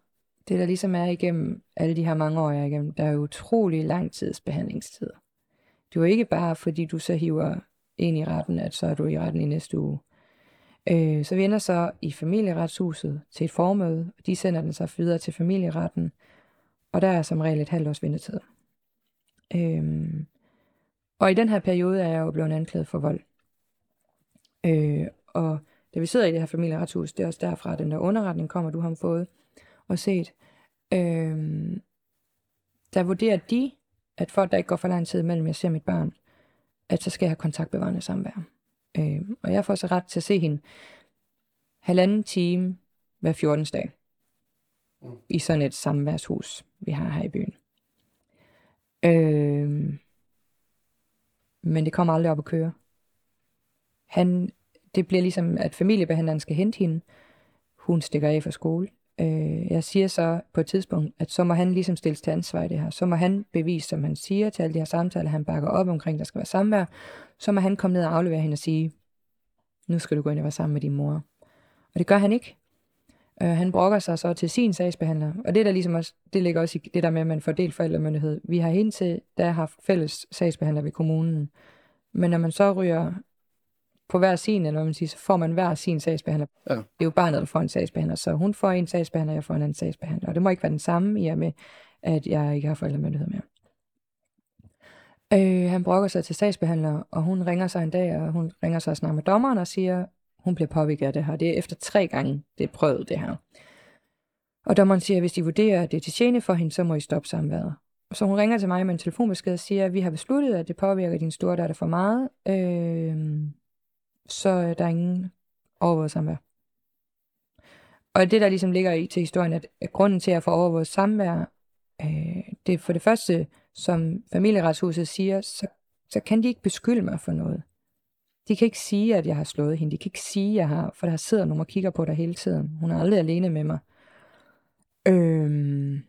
Speaker 1: det der ligesom er igennem alle de her mange år, jeg er igennem, der er utrolig lang tids behandlingstid. Det er jo ikke bare, fordi du så hiver ind i retten, at så er du i retten i næste uge. Øh, så vi ender så i familieretshuset til et formøde, og de sender den så videre til familieretten, og der er som regel et halvt års ventetid. Øh, og i den her periode er jeg jo blevet anklaget for vold. Øh, og da vi sidder i det her familieretshus, det er også derfra, at den der underretning kommer, du har fået og set. Øh, der vurderer de, at for at der ikke går for lang tid mellem jeg ser mit barn, at så skal jeg have kontaktbevarende samvær. Øh, og jeg får så ret til at se hende halvanden time hver fjortende dag mm. i sådan et samværshus, vi har her i byen. Øh, men det kommer aldrig op at køre. Han, det bliver ligesom, at familiebehandleren skal hente hende. Hun stikker af fra skole. Øh, jeg siger så på et tidspunkt, at så må han ligesom stilles til ansvar i det her. Så må han bevise, som han siger til alle de her samtaler, han bakker op omkring, der skal være samvær. Så må han komme ned og aflevere hende og sige, nu skal du gå ind og være sammen med din mor. Og det gør han ikke. Øh, han brokker sig så til sin sagsbehandler. Og det der ligesom også, det ligger også i det der med, at man får delt forældremyndighed. Vi har indtil, der har fælles sagsbehandler ved kommunen. Men når man så ryger på hver sin, eller hvad man siger, så får man hver sin sagsbehandler. Ja. Det er jo barnet, der får en sagsbehandler, så hun får en sagsbehandler, jeg får en anden sagsbehandler. Og det må ikke være den samme, i og med, at jeg ikke har forældremyndighed mere. Øh, han brokker sig til sagsbehandler, og hun ringer sig en dag, og hun ringer sig snart med dommeren og siger, hun bliver påvirket af det her. Det er efter tre gange, det er prøvet det her. Og dommeren siger, at hvis de vurderer, at det er til gene for hende, så må I stoppe samværet. Så hun ringer til mig med en telefonbesked og siger, at vi har besluttet, at det påvirker din store datter for meget. Øh, så der er ingen overvåget samvær. Og det, der ligesom ligger i til historien, at grunden til at få overvåget samvær, øh, det er for det første, som familieretshuset siger, så, så kan de ikke beskylde mig for noget. De kan ikke sige, at jeg har slået hende. De kan ikke sige, at jeg har, for der sidder nogen og kigger på dig hele tiden. Hun er aldrig alene med mig. Øhm,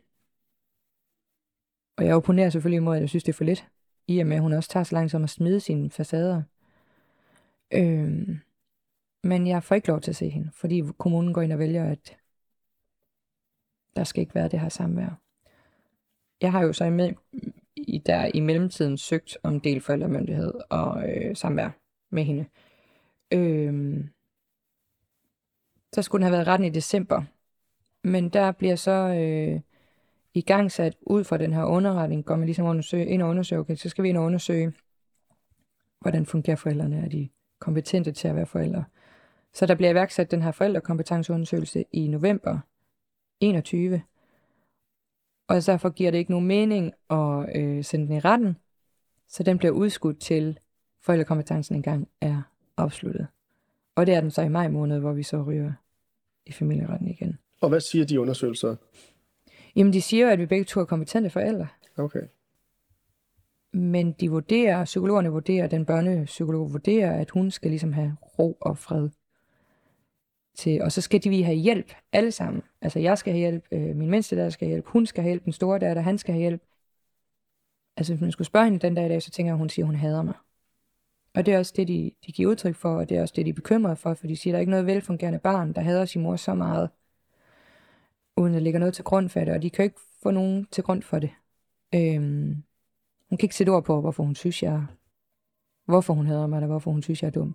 Speaker 1: og jeg opponerer selvfølgelig imod, at jeg synes, det er for lidt. I og med, at hun også tager så langt som at smide sine facader. Øhm, men jeg får ikke lov til at se hende, fordi kommunen går ind og vælger, at der skal ikke være det her samvær. Jeg har jo så med, i, der i mellemtiden søgt om del forældremyndighed og øh, samvær med hende. Øhm, så skulle den have været retten i december. Men der bliver så øh, i gang sat ud fra den her underretning, går man ligesom undersøge, ind og undersøge, okay, så skal vi ind og undersøge, hvordan fungerer forældrene, er de kompetente til at være forældre. Så der bliver iværksat den her forældrekompetenceundersøgelse i november enogtyve, og derfor giver det ikke nogen mening at øh, sende den i retten, så den bliver udskudt til forældrekompetencen engang er afsluttet. Og det er den så i maj måned, hvor vi så ryger i familieretten igen.
Speaker 2: Og hvad siger de undersøgelser?
Speaker 1: Jamen de siger jo, at vi begge to er kompetente forældre.
Speaker 2: Okay.
Speaker 1: Men de vurderer, psykologerne vurderer, den børnepsykolog vurderer, at hun skal ligesom have ro og fred. Til, og så skal de vi have hjælp, alle sammen. Altså jeg skal have hjælp, øh, min mindste datter skal have hjælp, hun skal have hjælp, den store datter, han skal have hjælp. Altså hvis man skulle spørge hende den dag i dag, så tænker jeg, at hun siger, at hun hader mig. Og det er også det, de, de giver udtryk for, og det er også det, de er bekymrede for, for de siger, at der er ikke noget velfungerende barn, der hader sin mor så meget, uden at ligger noget til grund for det, og de kan ikke få nogen til grund for det. Øhm, hun kan ikke sætte ord på, hvorfor hun synes, jeg hvorfor hun hader mig, eller hvorfor hun synes, jeg er dum.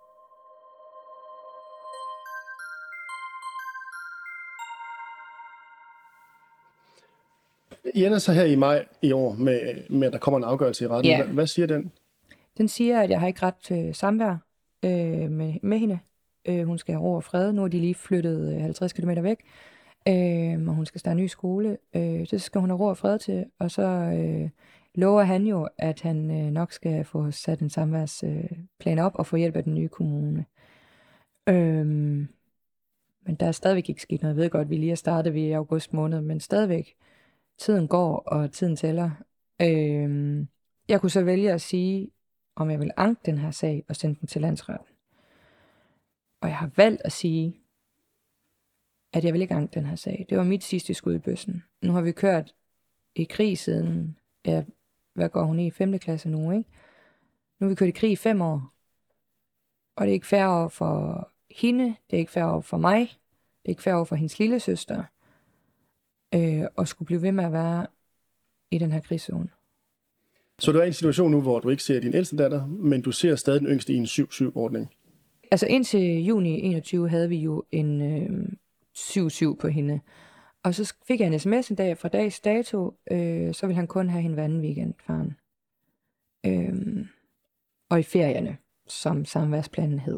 Speaker 2: I ender så her i maj i år med, med at der kommer en afgørelse i retten.
Speaker 1: Yeah.
Speaker 2: Hvad, hvad siger den?
Speaker 1: Den siger, at jeg har ikke ret til samvær øh, med, med hende. Øh, hun skal have ro og fred. Nu er de lige flyttet halvtreds kilometer væk, øh, og hun skal starte en ny skole. Øh, så skal hun have ro og fred til, og så øh, lover han jo, at han øh, nok skal få sat en samværsplan øh, op og få hjælp af den nye kommune. Øh, men der er stadigvæk ikke sket noget. Jeg ved godt, vi lige er startet ved i august måned, men stadigvæk tiden går, og tiden tæller. Øh, jeg kunne så vælge at sige, om jeg vil anke den her sag og sende den til landsretten. Og jeg har valgt at sige, at jeg vil ikke anke den her sag. Det var mit sidste skud i bøssen. Nu har vi kørt i krig siden, ja, hvad går hun i, femte klasse nu, ikke? Nu har vi kørt i krig i fem år. Og det er ikke fair over for hende, det er ikke fair over for mig, det er ikke fair over for hendes lille søster. øh, og skulle blive ved med at være i den her krigszone.
Speaker 2: Så du er i en situation nu, hvor du ikke ser din ældste datter, men du ser stadig den yngste i en syv syv-ordning?
Speaker 1: Altså indtil juni enogtyve havde vi jo en øh, syv syv på hende. Og så fik jeg en sms en dag fra dags dato, øh, så ville han kun have hende hver anden weekend, faren. Øh, og i ferierne, som samværsplanen hed.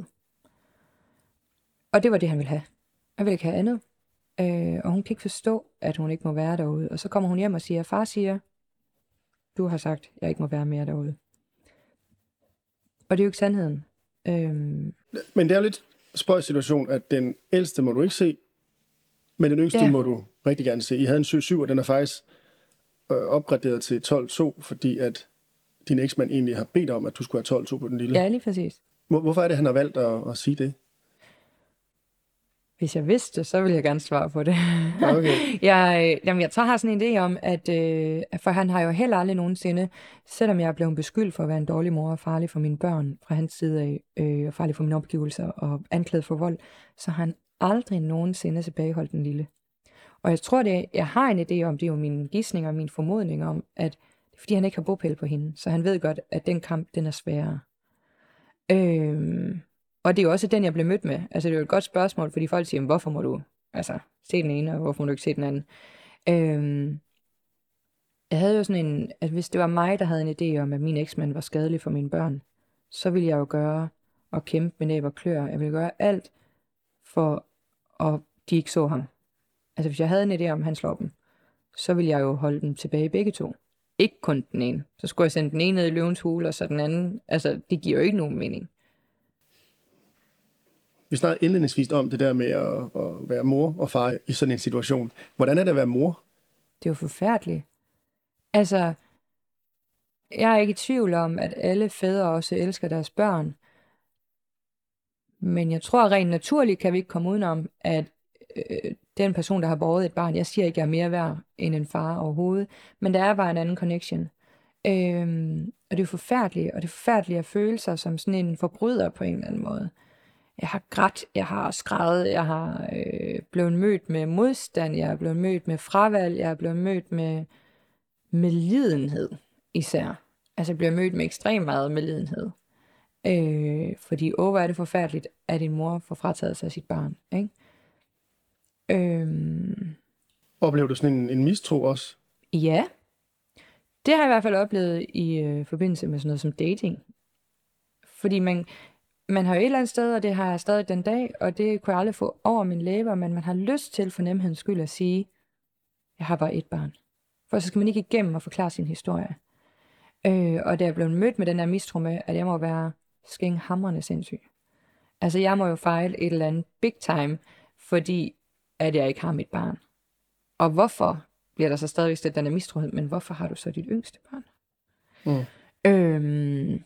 Speaker 1: Og det var det, han ville have. Han ville ikke have andet. Øh, og hun kan ikke forstå, at hun ikke må være derude. Og så kommer hun hjem og siger, far siger, du har sagt, jeg ikke må være mere derude. Og det er jo ikke sandheden. Øhm...
Speaker 2: Men det er jo lidt spøj situation, at den ældste må du ikke se, men den yngste ja. må du rigtig gerne se. I havde en syv syv, og den er faktisk øh, opgraderet til tolv to, fordi at din eksmand egentlig har bedt om, at du skulle have tolv to på den lille.
Speaker 1: Ja, lige præcis.
Speaker 2: Hvor, hvorfor er det, han har valgt at, at sige det?
Speaker 1: Hvis jeg vidste, så ville jeg gerne svare på det.
Speaker 2: Okay.
Speaker 1: jeg, jamen, jeg tager har sådan en idé om, at øh, for han har jo heller aldrig nogensinde, selvom jeg er blevet beskyldt for at være en dårlig mor og farlig for mine børn fra hans side af, øh, og farlig for mine opgivelser og anklaget for vold, så har han aldrig nogensinde tilbageholdt den lille. Og jeg tror, det jeg har en idé om, det er jo mine gidsninger og mine formodninger om, at det er fordi, han ikke har bopæl på hende, så han ved godt, at den kamp, den er sværere. Øh, Og det er jo også den, jeg blev mødt med. Altså, det er jo et godt spørgsmål, fordi folk siger, hvorfor må du altså, se den ene, og hvorfor må du ikke se den anden? Øhm, jeg havde jo sådan en, at hvis det var mig, der havde en idé om, at min eksmand var skadelig for mine børn, så ville jeg jo gøre og kæmpe med næb og klør. Jeg ville gøre alt for, at de ikke så ham. Altså, hvis jeg havde en idé om, at han slår dem, så ville jeg jo holde dem tilbage begge to. Ikke kun den ene. Så skulle jeg sende den ene ned i løvens hule, og så den anden. Altså, det giver jo ikke nogen mening.
Speaker 2: Vi snakkede indledningsvis om det der med at, at være mor og far i sådan en situation. Hvordan er det at være mor?
Speaker 1: Det er jo forfærdeligt. Altså, jeg er ikke i tvivl om, at alle fædre også elsker deres børn. Men jeg tror rent naturligt kan vi ikke komme udenom, at øh, den person, der har båret et barn, jeg siger ikke, jeg er mere værd end en far overhovedet, men der er bare en anden connection. Øhm, og det er jo forfærdeligt, og det er forfærdeligt at føle sig som sådan en forbryder på en eller anden måde. Jeg har grædt, jeg har skrevet, jeg har øh, blevet mødt med modstand, jeg er blevet mødt med fravalg, jeg er blevet mødt med medlidenhed især. Altså jeg bliver mødt med ekstremt meget medlidenhed. Øh, fordi åh, hvor er det forfærdeligt, at en mor får frataget sig sit barn. Ikke? Øh,
Speaker 2: Oplever du sådan en, en mistro også?
Speaker 1: Ja, det har jeg i hvert fald oplevet i øh, forbindelse med sådan noget som dating. Fordi man... Man har jo et eller andet sted, og det har jeg stadig den dag, og det kunne jeg aldrig få over min læber, men man har lyst til for nemhedens skyld at sige, jeg har bare et barn. For så skal man ikke igennem og forklare sin historie. Øh, og da jeg blev mødt med den her mistro med, at jeg må være skænghamrende sindssyg. Altså jeg må jo fejle et eller andet big time, fordi at jeg ikke har mit barn. Og hvorfor bliver der så stadigvæk stillet den her mistrohed, men hvorfor har du så dit yngste barn? Mm. Øhm,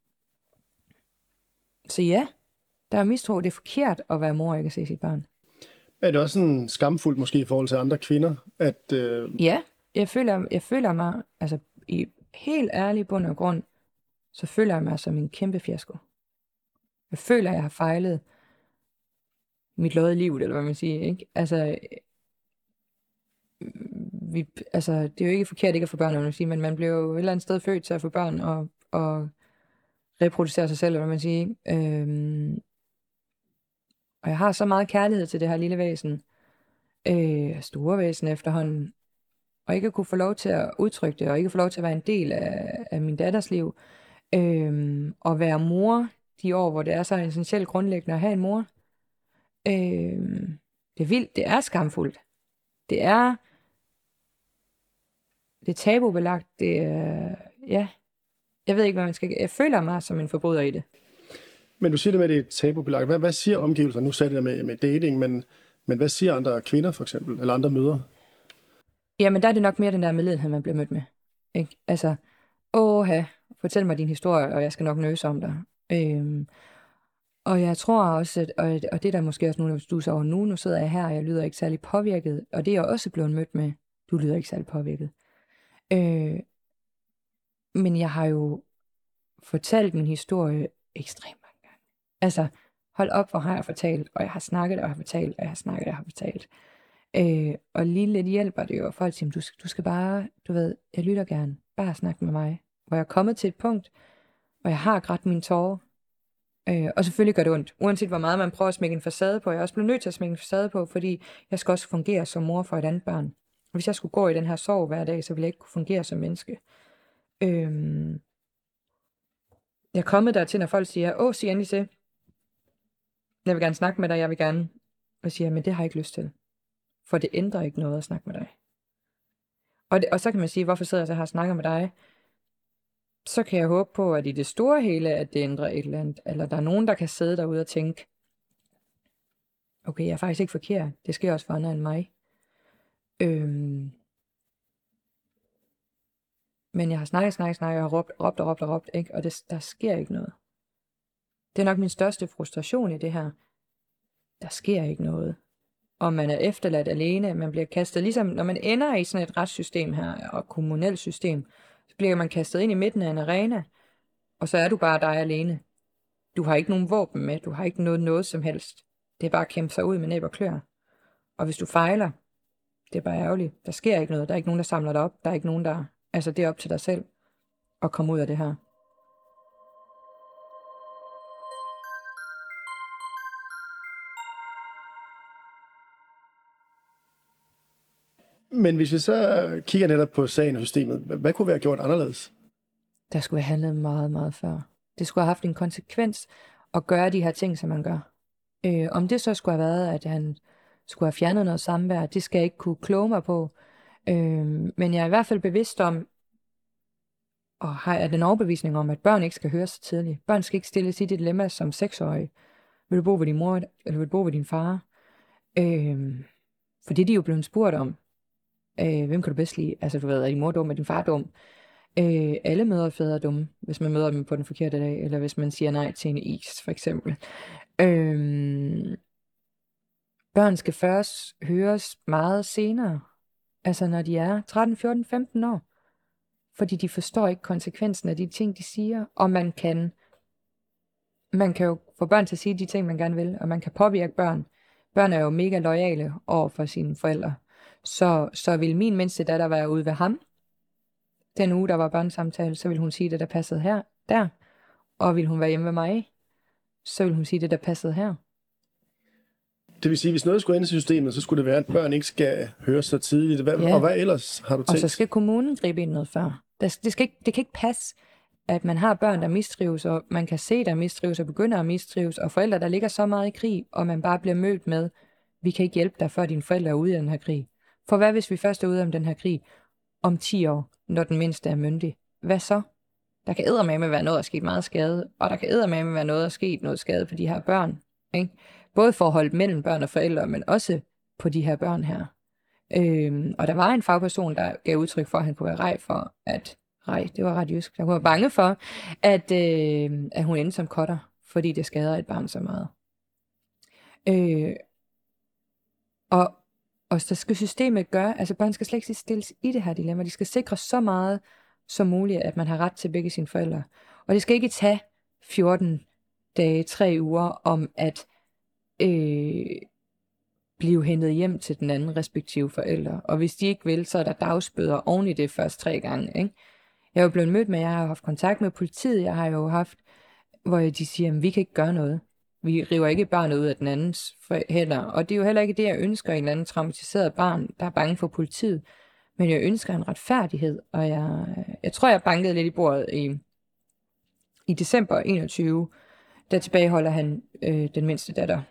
Speaker 1: Så ja, der er mistro. Det er forkert at være mor og ikke at se sit barn.
Speaker 2: Er det også sådan skamfuldt måske i forhold til andre kvinder? At, øh...
Speaker 1: Ja, jeg føler, jeg føler mig, altså i helt ærlig bund og grund, så føler jeg mig som en kæmpe fiasko. Jeg føler, at jeg har fejlet mit lod i livet, eller hvad man siger, ikke? Altså, vi, altså, det er jo ikke forkert ikke at få børn, man sige, men man bliver jo et eller andet sted født til at få børn og, og reproducere sig selv, hvad man siger. Øhm, og jeg har så meget kærlighed til det her lille væsen, øh, store væsen efterhånden, og ikke at kunne få lov til at udtrykke det, og ikke få lov til at være en del af, af min datters liv, øhm, og være mor de år, hvor det er så essentielt grundlæggende at have en mor. Øhm, det er vildt, det er skamfuldt. Det er det er tabubelagt, det er, ja, jeg ved ikke, hvad man skal... Jeg føler mig som en forbryder i det.
Speaker 2: Men du siger det med, at det er tabubelagt. Hvad, hvad siger omgivelserne? Nu sagde det der med, med dating, men, men hvad siger andre kvinder for eksempel, eller andre mødre?
Speaker 1: Jamen, der er det nok mere den der medlidenhed, man bliver mødt med. Ikke? Altså, åh, fortæl mig din historie, og jeg skal nok nøse om dig. Øhm, og jeg tror også, at, og, og det der måske også nogen, der stuser over nu, nu sidder jeg her, og jeg lyder ikke særlig påvirket, og det er jeg også blevet mødt med. Du lyder ikke særlig påvirket. Øh, men jeg har jo fortalt min historie ekstremt mange gange. Altså, hold op, hvor har jeg fortalt, og jeg har snakket, og jeg har fortalt, og jeg har snakket, og jeg har fortalt. Øh, og lige lidt hjælper det jo, at folk siger, du skal, du skal bare, du ved, jeg lytter gerne, bare snak med mig. Hvor jeg er kommet til et punkt, hvor jeg har grædt mine tårer. Øh, og selvfølgelig gør det ondt, uanset hvor meget man prøver at smække en facade på. Jeg er også blevet nødt til at smække en facade på, fordi jeg skal også fungere som mor for et andet barn. Og hvis jeg skulle gå i den her sorg hver dag, så ville jeg ikke kunne fungere som menneske. Øh, jeg er kommet dertil, når folk siger, åh, sig endelig til. Jeg vil gerne snakke med dig, jeg vil gerne. Og siger, men det har jeg ikke lyst til. For det ændrer ikke noget at snakke med dig. Og, det, og så kan man sige, hvorfor sidder jeg så her og snakker med dig? Så kan jeg håbe på, at i det store hele, at det ændrer et eller andet. Eller der er nogen, der kan sidde derude og tænke, okay, jeg er faktisk ikke forkert. Det sker også for andre end mig. Øhm. Men jeg har snakket, snakket, snakket, og råbt, råbt og råbt og råbt, ikke? Og det, der sker ikke noget. Det er nok min største frustration i det her. Der sker ikke noget. Og man er efterladt alene, man bliver kastet, ligesom når man ender i sådan et retssystem her, og kommunalt system, så bliver man kastet ind i midten af en arena, og så er du bare dig alene. Du har ikke nogen våben med, du har ikke noget, noget som helst. Det er bare at kæmpe sig ud med næb og klør. Og hvis du fejler, det er bare ærgerligt. Der sker ikke noget, der er ikke nogen, der samler dig op, der er ikke nogen, der... Altså, det er op til dig selv at komme ud af det her.
Speaker 2: Men hvis vi så kigger netop på sagen og systemet, hvad kunne vi have gjort anderledes?
Speaker 1: Der skulle have handlet meget, meget før. Det skulle have haft en konsekvens at gøre de her ting, som man gør. Øh, om det så skulle have været, at han skulle have fjernet noget samvær, det skal jeg ikke kunne kloge mig på. Øh, men jeg er i hvert fald bevidst om, og har den overbevisning om, at børn ikke skal høres så tidligt. Børn skal ikke stilles i det dilemma som seksårige. Vil du bo ved din mor, eller vil du bo ved din far? Øh, for det de er jo blevet spurgt om. Øh, hvem kan du bedst lide? Altså du ved, er din mor dum, er din far dum? Øh, alle mødre og fædre er dumme, hvis man møder dem på den forkerte dag, eller hvis man siger nej til en is, for eksempel. Øh, børn skal først høres meget senere, altså når de er tretten, fjorten, femten år, fordi de forstår ikke konsekvensen af de ting, de siger, og man kan, man kan jo få børn til at sige de ting, man gerne vil, og man kan påvirke børn. Børn er jo mega loyale over for sine forældre, så, så vil min mindste datter være ude ved ham, den uge, der var børnesamtale, så vil hun sige det, der passede her, der. Og vil hun være hjemme ved mig, så vil hun sige det, der passede her.
Speaker 2: Det vil sige, hvis noget skulle ændre systemet, så skulle det være, at børn ikke skal høre så tidligt. Hvad,
Speaker 1: ja.
Speaker 2: Og hvad ellers har du tænkt?
Speaker 1: Og så skal kommunen gribe ind noget før. Det, det, skal ikke, det kan ikke passe, at man har børn, der mistrives, og man kan se, der mistrives og begynder at mistrives, og forældre, der ligger så meget i krig, og man bare bliver mødt med, vi kan ikke hjælpe dig, før dine forældre er ude af den her krig. For hvad hvis vi først er ude af den her krig om ti år, når den mindste er myndig? Hvad så? Der kan eddermame være noget, der er sket meget skade, og der kan eddermame være noget, der er sket noget skade på de her børn. Ikke? Både forholdet mellem børn og forældre, men også på de her børn her. Øhm, og der var en fagperson, der gav udtryk for, at han kunne være rej for, at rej, det var ret jysk, der kunne være bange for, at, øh, at hun endte som cutter, fordi det skader et barn så meget. Øh, og Og så skal systemet gøre, altså børn skal slet ikke stilles i det her dilemma. De skal sikre så meget som muligt, at man har ret til begge sine forældre. Og det skal ikke tage fjorten dage, tre uger om at øh, blive hentet hjem til den anden respektive forældre. Og hvis de ikke vil, så er der dagsbøder oven i det først tre gange. Ikke? Jeg er jo blevet mødt med, jeg har haft kontakt med politiet, jeg har jo haft, hvor de siger, at vi kan ikke gøre noget. Vi river ikke barnet ud af den andens forældre. Og det er jo heller ikke det, jeg ønsker, en eller anden traumatiseret barn, der er bange for politiet. Men jeg ønsker en retfærdighed, og jeg, jeg tror, jeg bankede lidt i bordet i, i december enogtyve. Der tilbageholder han øh, den mindste datter.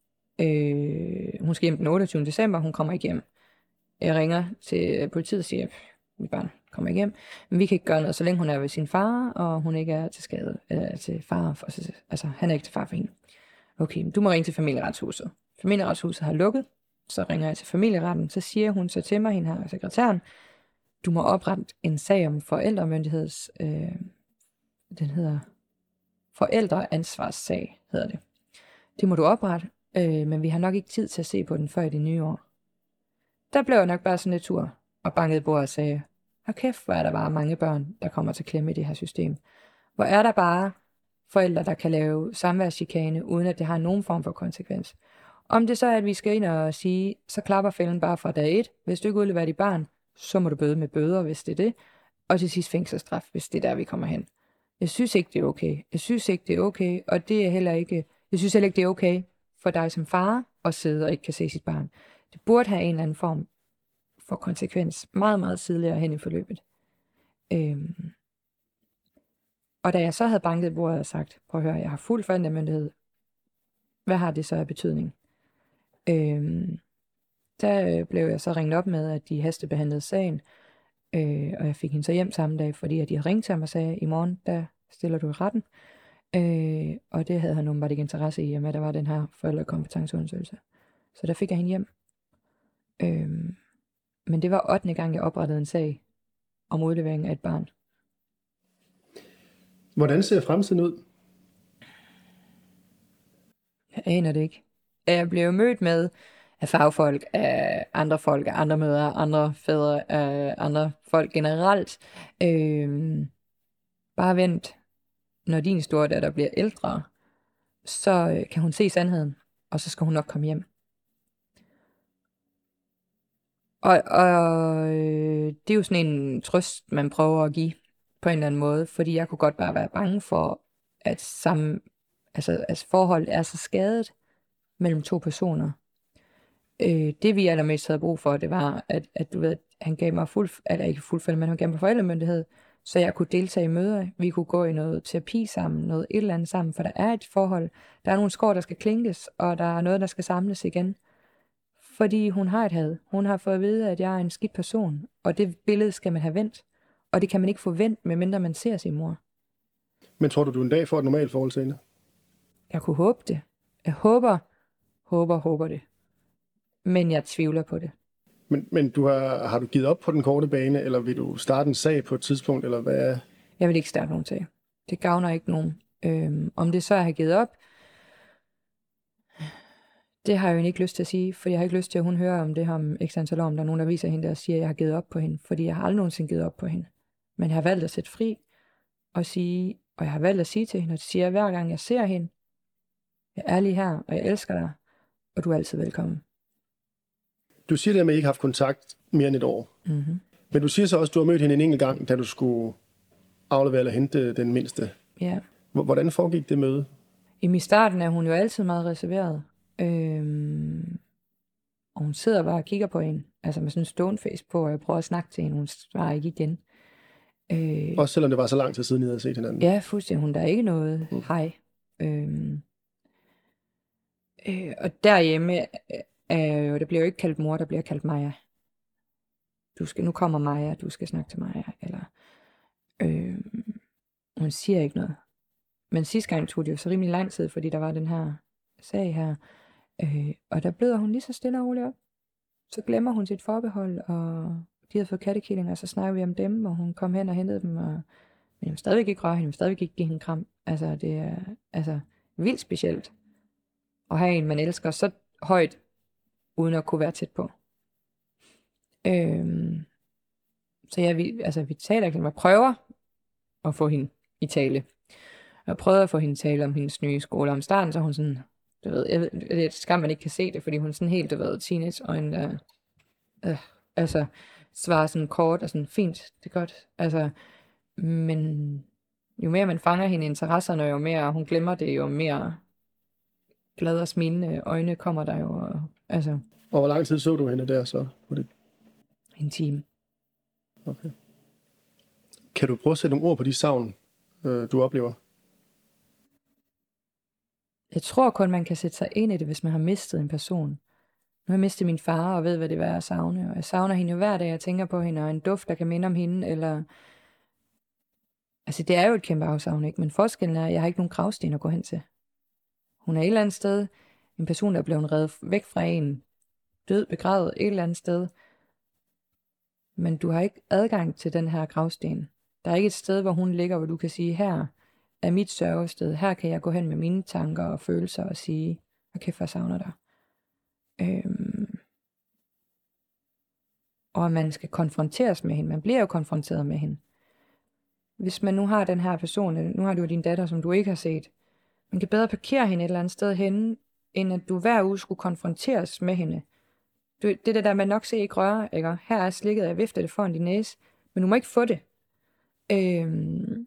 Speaker 1: Øh, hun skal hjem den otteogtyvende december, hun kommer ikke hjem. Jeg ringer til politiet og siger, at mit barn kommer ikke hjem. Men vi kan ikke gøre noget, så længe hun er ved sin far, og hun ikke er til skade, eller til far. For, altså, han er ikke til far for hende. Okay, du må ringe til familieretshuset. Familieretshuset har lukket, så ringer jeg til familieretten, så siger hun så til mig, hende her sekretæren, du må oprette en sag om forældremyndigheds, øh, den hedder forældreansvarssag, hedder det. Det må du oprette, øh, men vi har nok ikke tid til at se på den før i det nye år. Der blev jeg nok bare sådan et tur og bankede bordet og sagde, hold kæft, hvor er der bare mange børn, der kommer til klemme i det her system. Hvor er der bare forældre, der kan lave samværschikane, uden at det har nogen form for konsekvens. Om det så er, at vi skal ind og sige, så klapper fælden bare fra dag et. Hvis du ikke udleverer dit barn, så må du bøde med bøder, hvis det er det. Og til sidst fængselsstraf, hvis det er der, vi kommer hen. Jeg synes ikke, det er okay. Jeg synes ikke, det er okay, og det er heller ikke... Jeg synes heller ikke, det er okay for dig som far at sidde og ikke kan se sit barn. Det burde have en eller anden form for konsekvens meget, meget tidligere hen i forløbet. Øhm. Og da jeg så havde banket bordet og sagt, prøv at høre, jeg har fuld forældremyndighed. Hvad har det så af betydning? Øhm. Der blev jeg så ringet op med, at de hastebehandlede sagen, øh, og jeg fik hende så hjem samme dag, fordi at de havde ringet til ham og sagde, i morgen, der stiller du i retten. Øh, og det havde han åbenbart ikke interesse i, at der var den her forældrekompetenceundersøgelse. Så der fik jeg hende hjem. Øh, men det var ottende gang, jeg oprettede en sag om udlevering af et barn.
Speaker 2: Hvordan ser fremtiden ud?
Speaker 1: Jeg aner det ikke. Jeg blev mødt med af fagfolk, af andre folk, af andre mødre, andre fædre, af andre folk generelt. Øh, bare vent. Når din store datter bliver ældre, så kan hun se sandheden, og så skal hun nok komme hjem. Og, og øh, det er jo sådan en trøst, man prøver at give på en eller anden måde, fordi jeg kunne godt bare være bange for, at sammen, altså, altså forholdet er så skadet mellem to personer. Øh, det vi allermest havde brug for, det var, at, at du ved, han gav mig fuld, eller ikke fuldfælde, men han gav mig forældremyndighed, så jeg kunne deltage i møder, vi kunne gå i noget terapi sammen, noget et eller andet sammen, for der er et forhold, der er nogle skår, der skal klinkes, og der er noget, der skal samles igen. Fordi hun har et had. Hun har fået at vide, at jeg er en skidt person, og det billede skal man have vendt, og det kan man ikke få vendt, medmindre man ser sin mor.
Speaker 2: Men tror du, du en dag får et normalt forhold til hende?
Speaker 1: Jeg kunne håbe det. Jeg håber, håber, håber det. Men jeg tvivler på det.
Speaker 2: Men, men du har, har du givet op på den korte bane, eller vil du starte en sag på et tidspunkt, eller hvad?
Speaker 1: Jeg vil ikke starte nogen sag. Det gavner ikke nogen. Øhm, om det så er, har givet op, det har jeg jo ikke lyst til at sige, for jeg har ikke lyst til, at hun hører om det her om x antal år, om der er nogen, der viser hende, der siger, at jeg har givet op på hende, fordi jeg har aldrig nogensinde givet op på hende. Men jeg har valgt at sætte fri og sige, og jeg har valgt at sige til hende, og det siger jeg hver gang jeg ser hende, jeg er lige her, og jeg elsker dig, og du er altid velkommen.
Speaker 2: Du siger det, at I ikke har haft kontakt mere end et år.
Speaker 1: Mm-hmm.
Speaker 2: Men du siger så også, at du har mødt hende en enkelt gang, da du skulle aflevere eller hente den mindste.
Speaker 1: Ja.
Speaker 2: Hvordan foregik det møde?
Speaker 1: I starten er hun jo altid meget reserveret. Øhm, og hun sidder bare og kigger på en, altså med sådan en stoneface på, og jeg prøver at snakke til hende, hun svarer ikke igen. Øh,
Speaker 2: Også selvom det var så lang tid siden, I havde set hinanden?
Speaker 1: Ja, fuldstændig. Hun der er ikke noget mm. hej. Øhm, øh, og derhjemme, øh, det bliver jo ikke kaldt mor, der bliver kaldt Maja. Du skal, nu kommer Maja, du skal snakke til Maja. Eller, øh, hun siger ikke noget. Men sidste gang tog det jo så rimelig lang tid, fordi der var den her sag her. Øh, og der bløder hun lige så stille og roligt op. Så glemmer hun sit forbehold, og de havde fået kattekillinger, og så snakker vi om dem, og hun kom hen og hentede dem, og men jeg vil stadigvæk ikke røre hende, jeg vil stadigvæk ikke give hende en kram. Altså, det er altså, vildt specielt at have en, man elsker så højt, uden at kunne være tæt på. Øhm, så ja, vi, altså, vi taler ikke, jeg prøver at få hende i tale. Jeg prøvede at få hende tale om hendes nye skole. Om starten, så hun sådan, du ved, jeg ved, det er skam, man ikke kan se det, fordi hun er sådan helt, du ved, teenage-øjne, der, øh, altså, svarer sådan kort og sådan, fint, det er godt, altså, men jo mere man fanger hende interesserne, jo mere hun glemmer det, jo mere glade og smilende øjne kommer der jo, og, altså.
Speaker 2: Og hvor lang tid så du hende der så? Det...
Speaker 1: En time.
Speaker 2: Okay. Kan du prøve at sætte nogle ord på de savn, øh, du oplever?
Speaker 1: Jeg tror kun, man kan sætte sig ind i det, hvis man har mistet en person. Nu har jeg mistet min far, og ved, hvad det er at savne. Og jeg savner hende jo hver dag, jeg tænker på hende, og en duft, der kan minde om hende, eller... Altså, det er jo et kæmpe afsavn, ikke? Men forskellen er, at jeg har ikke nogen gravsten at gå hen til. Hun er et eller andet sted, en person, der er blevet reddet væk fra en, død, begravet et eller andet sted. Men du har ikke adgang til den her gravsten. Der er ikke et sted, hvor hun ligger, hvor du kan sige, her er mit sørgested. Her kan jeg gå hen med mine tanker og følelser og sige, okay, for jeg savner dig. Øhm. Og at man skal konfronteres med hende. Man bliver jo konfronteret med hende. Hvis man nu har den her person, nu har du jo din datter, som du ikke har set, man kan bedre parkere hende et eller andet sted henne, end at du hver uge skulle konfronteres med hende. Du, det er det der med nok se ikke røre, ikke? Her er slikket, jeg vifter det foran din næse, men du må ikke få det. Øhm...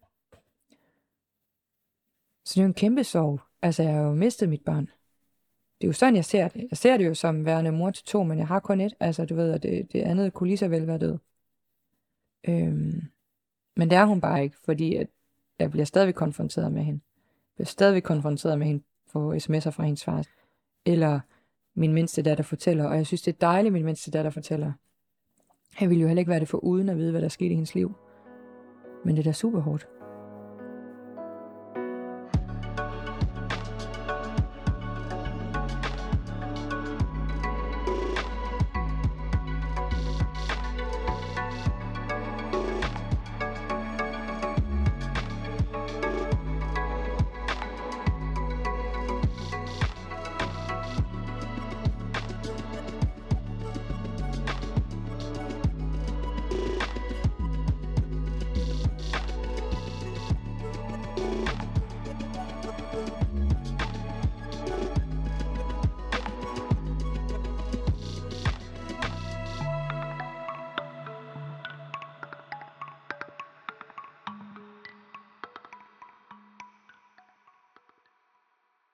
Speaker 1: Så det er jo en kæmpe sorg. Altså, jeg har jo mistet mit barn. Det er jo sådan, jeg ser det. Jeg ser det jo som værende mor til to, men jeg har kun et. Altså, du ved, at det, det andet kunne lige så vel være død. Øhm... Men det er hun bare ikke, fordi at jeg bliver stadigvæk konfronteret med hende. Jeg bliver stadigvæk konfronteret med hende på sms'er fra hendes far. Eller min mindste datter fortæller, og jeg synes, det er dejligt, min mindste datter fortæller. Jeg ville jo heller ikke være det for uden at vide, hvad der skete i hendes liv. Men det er da super hårdt.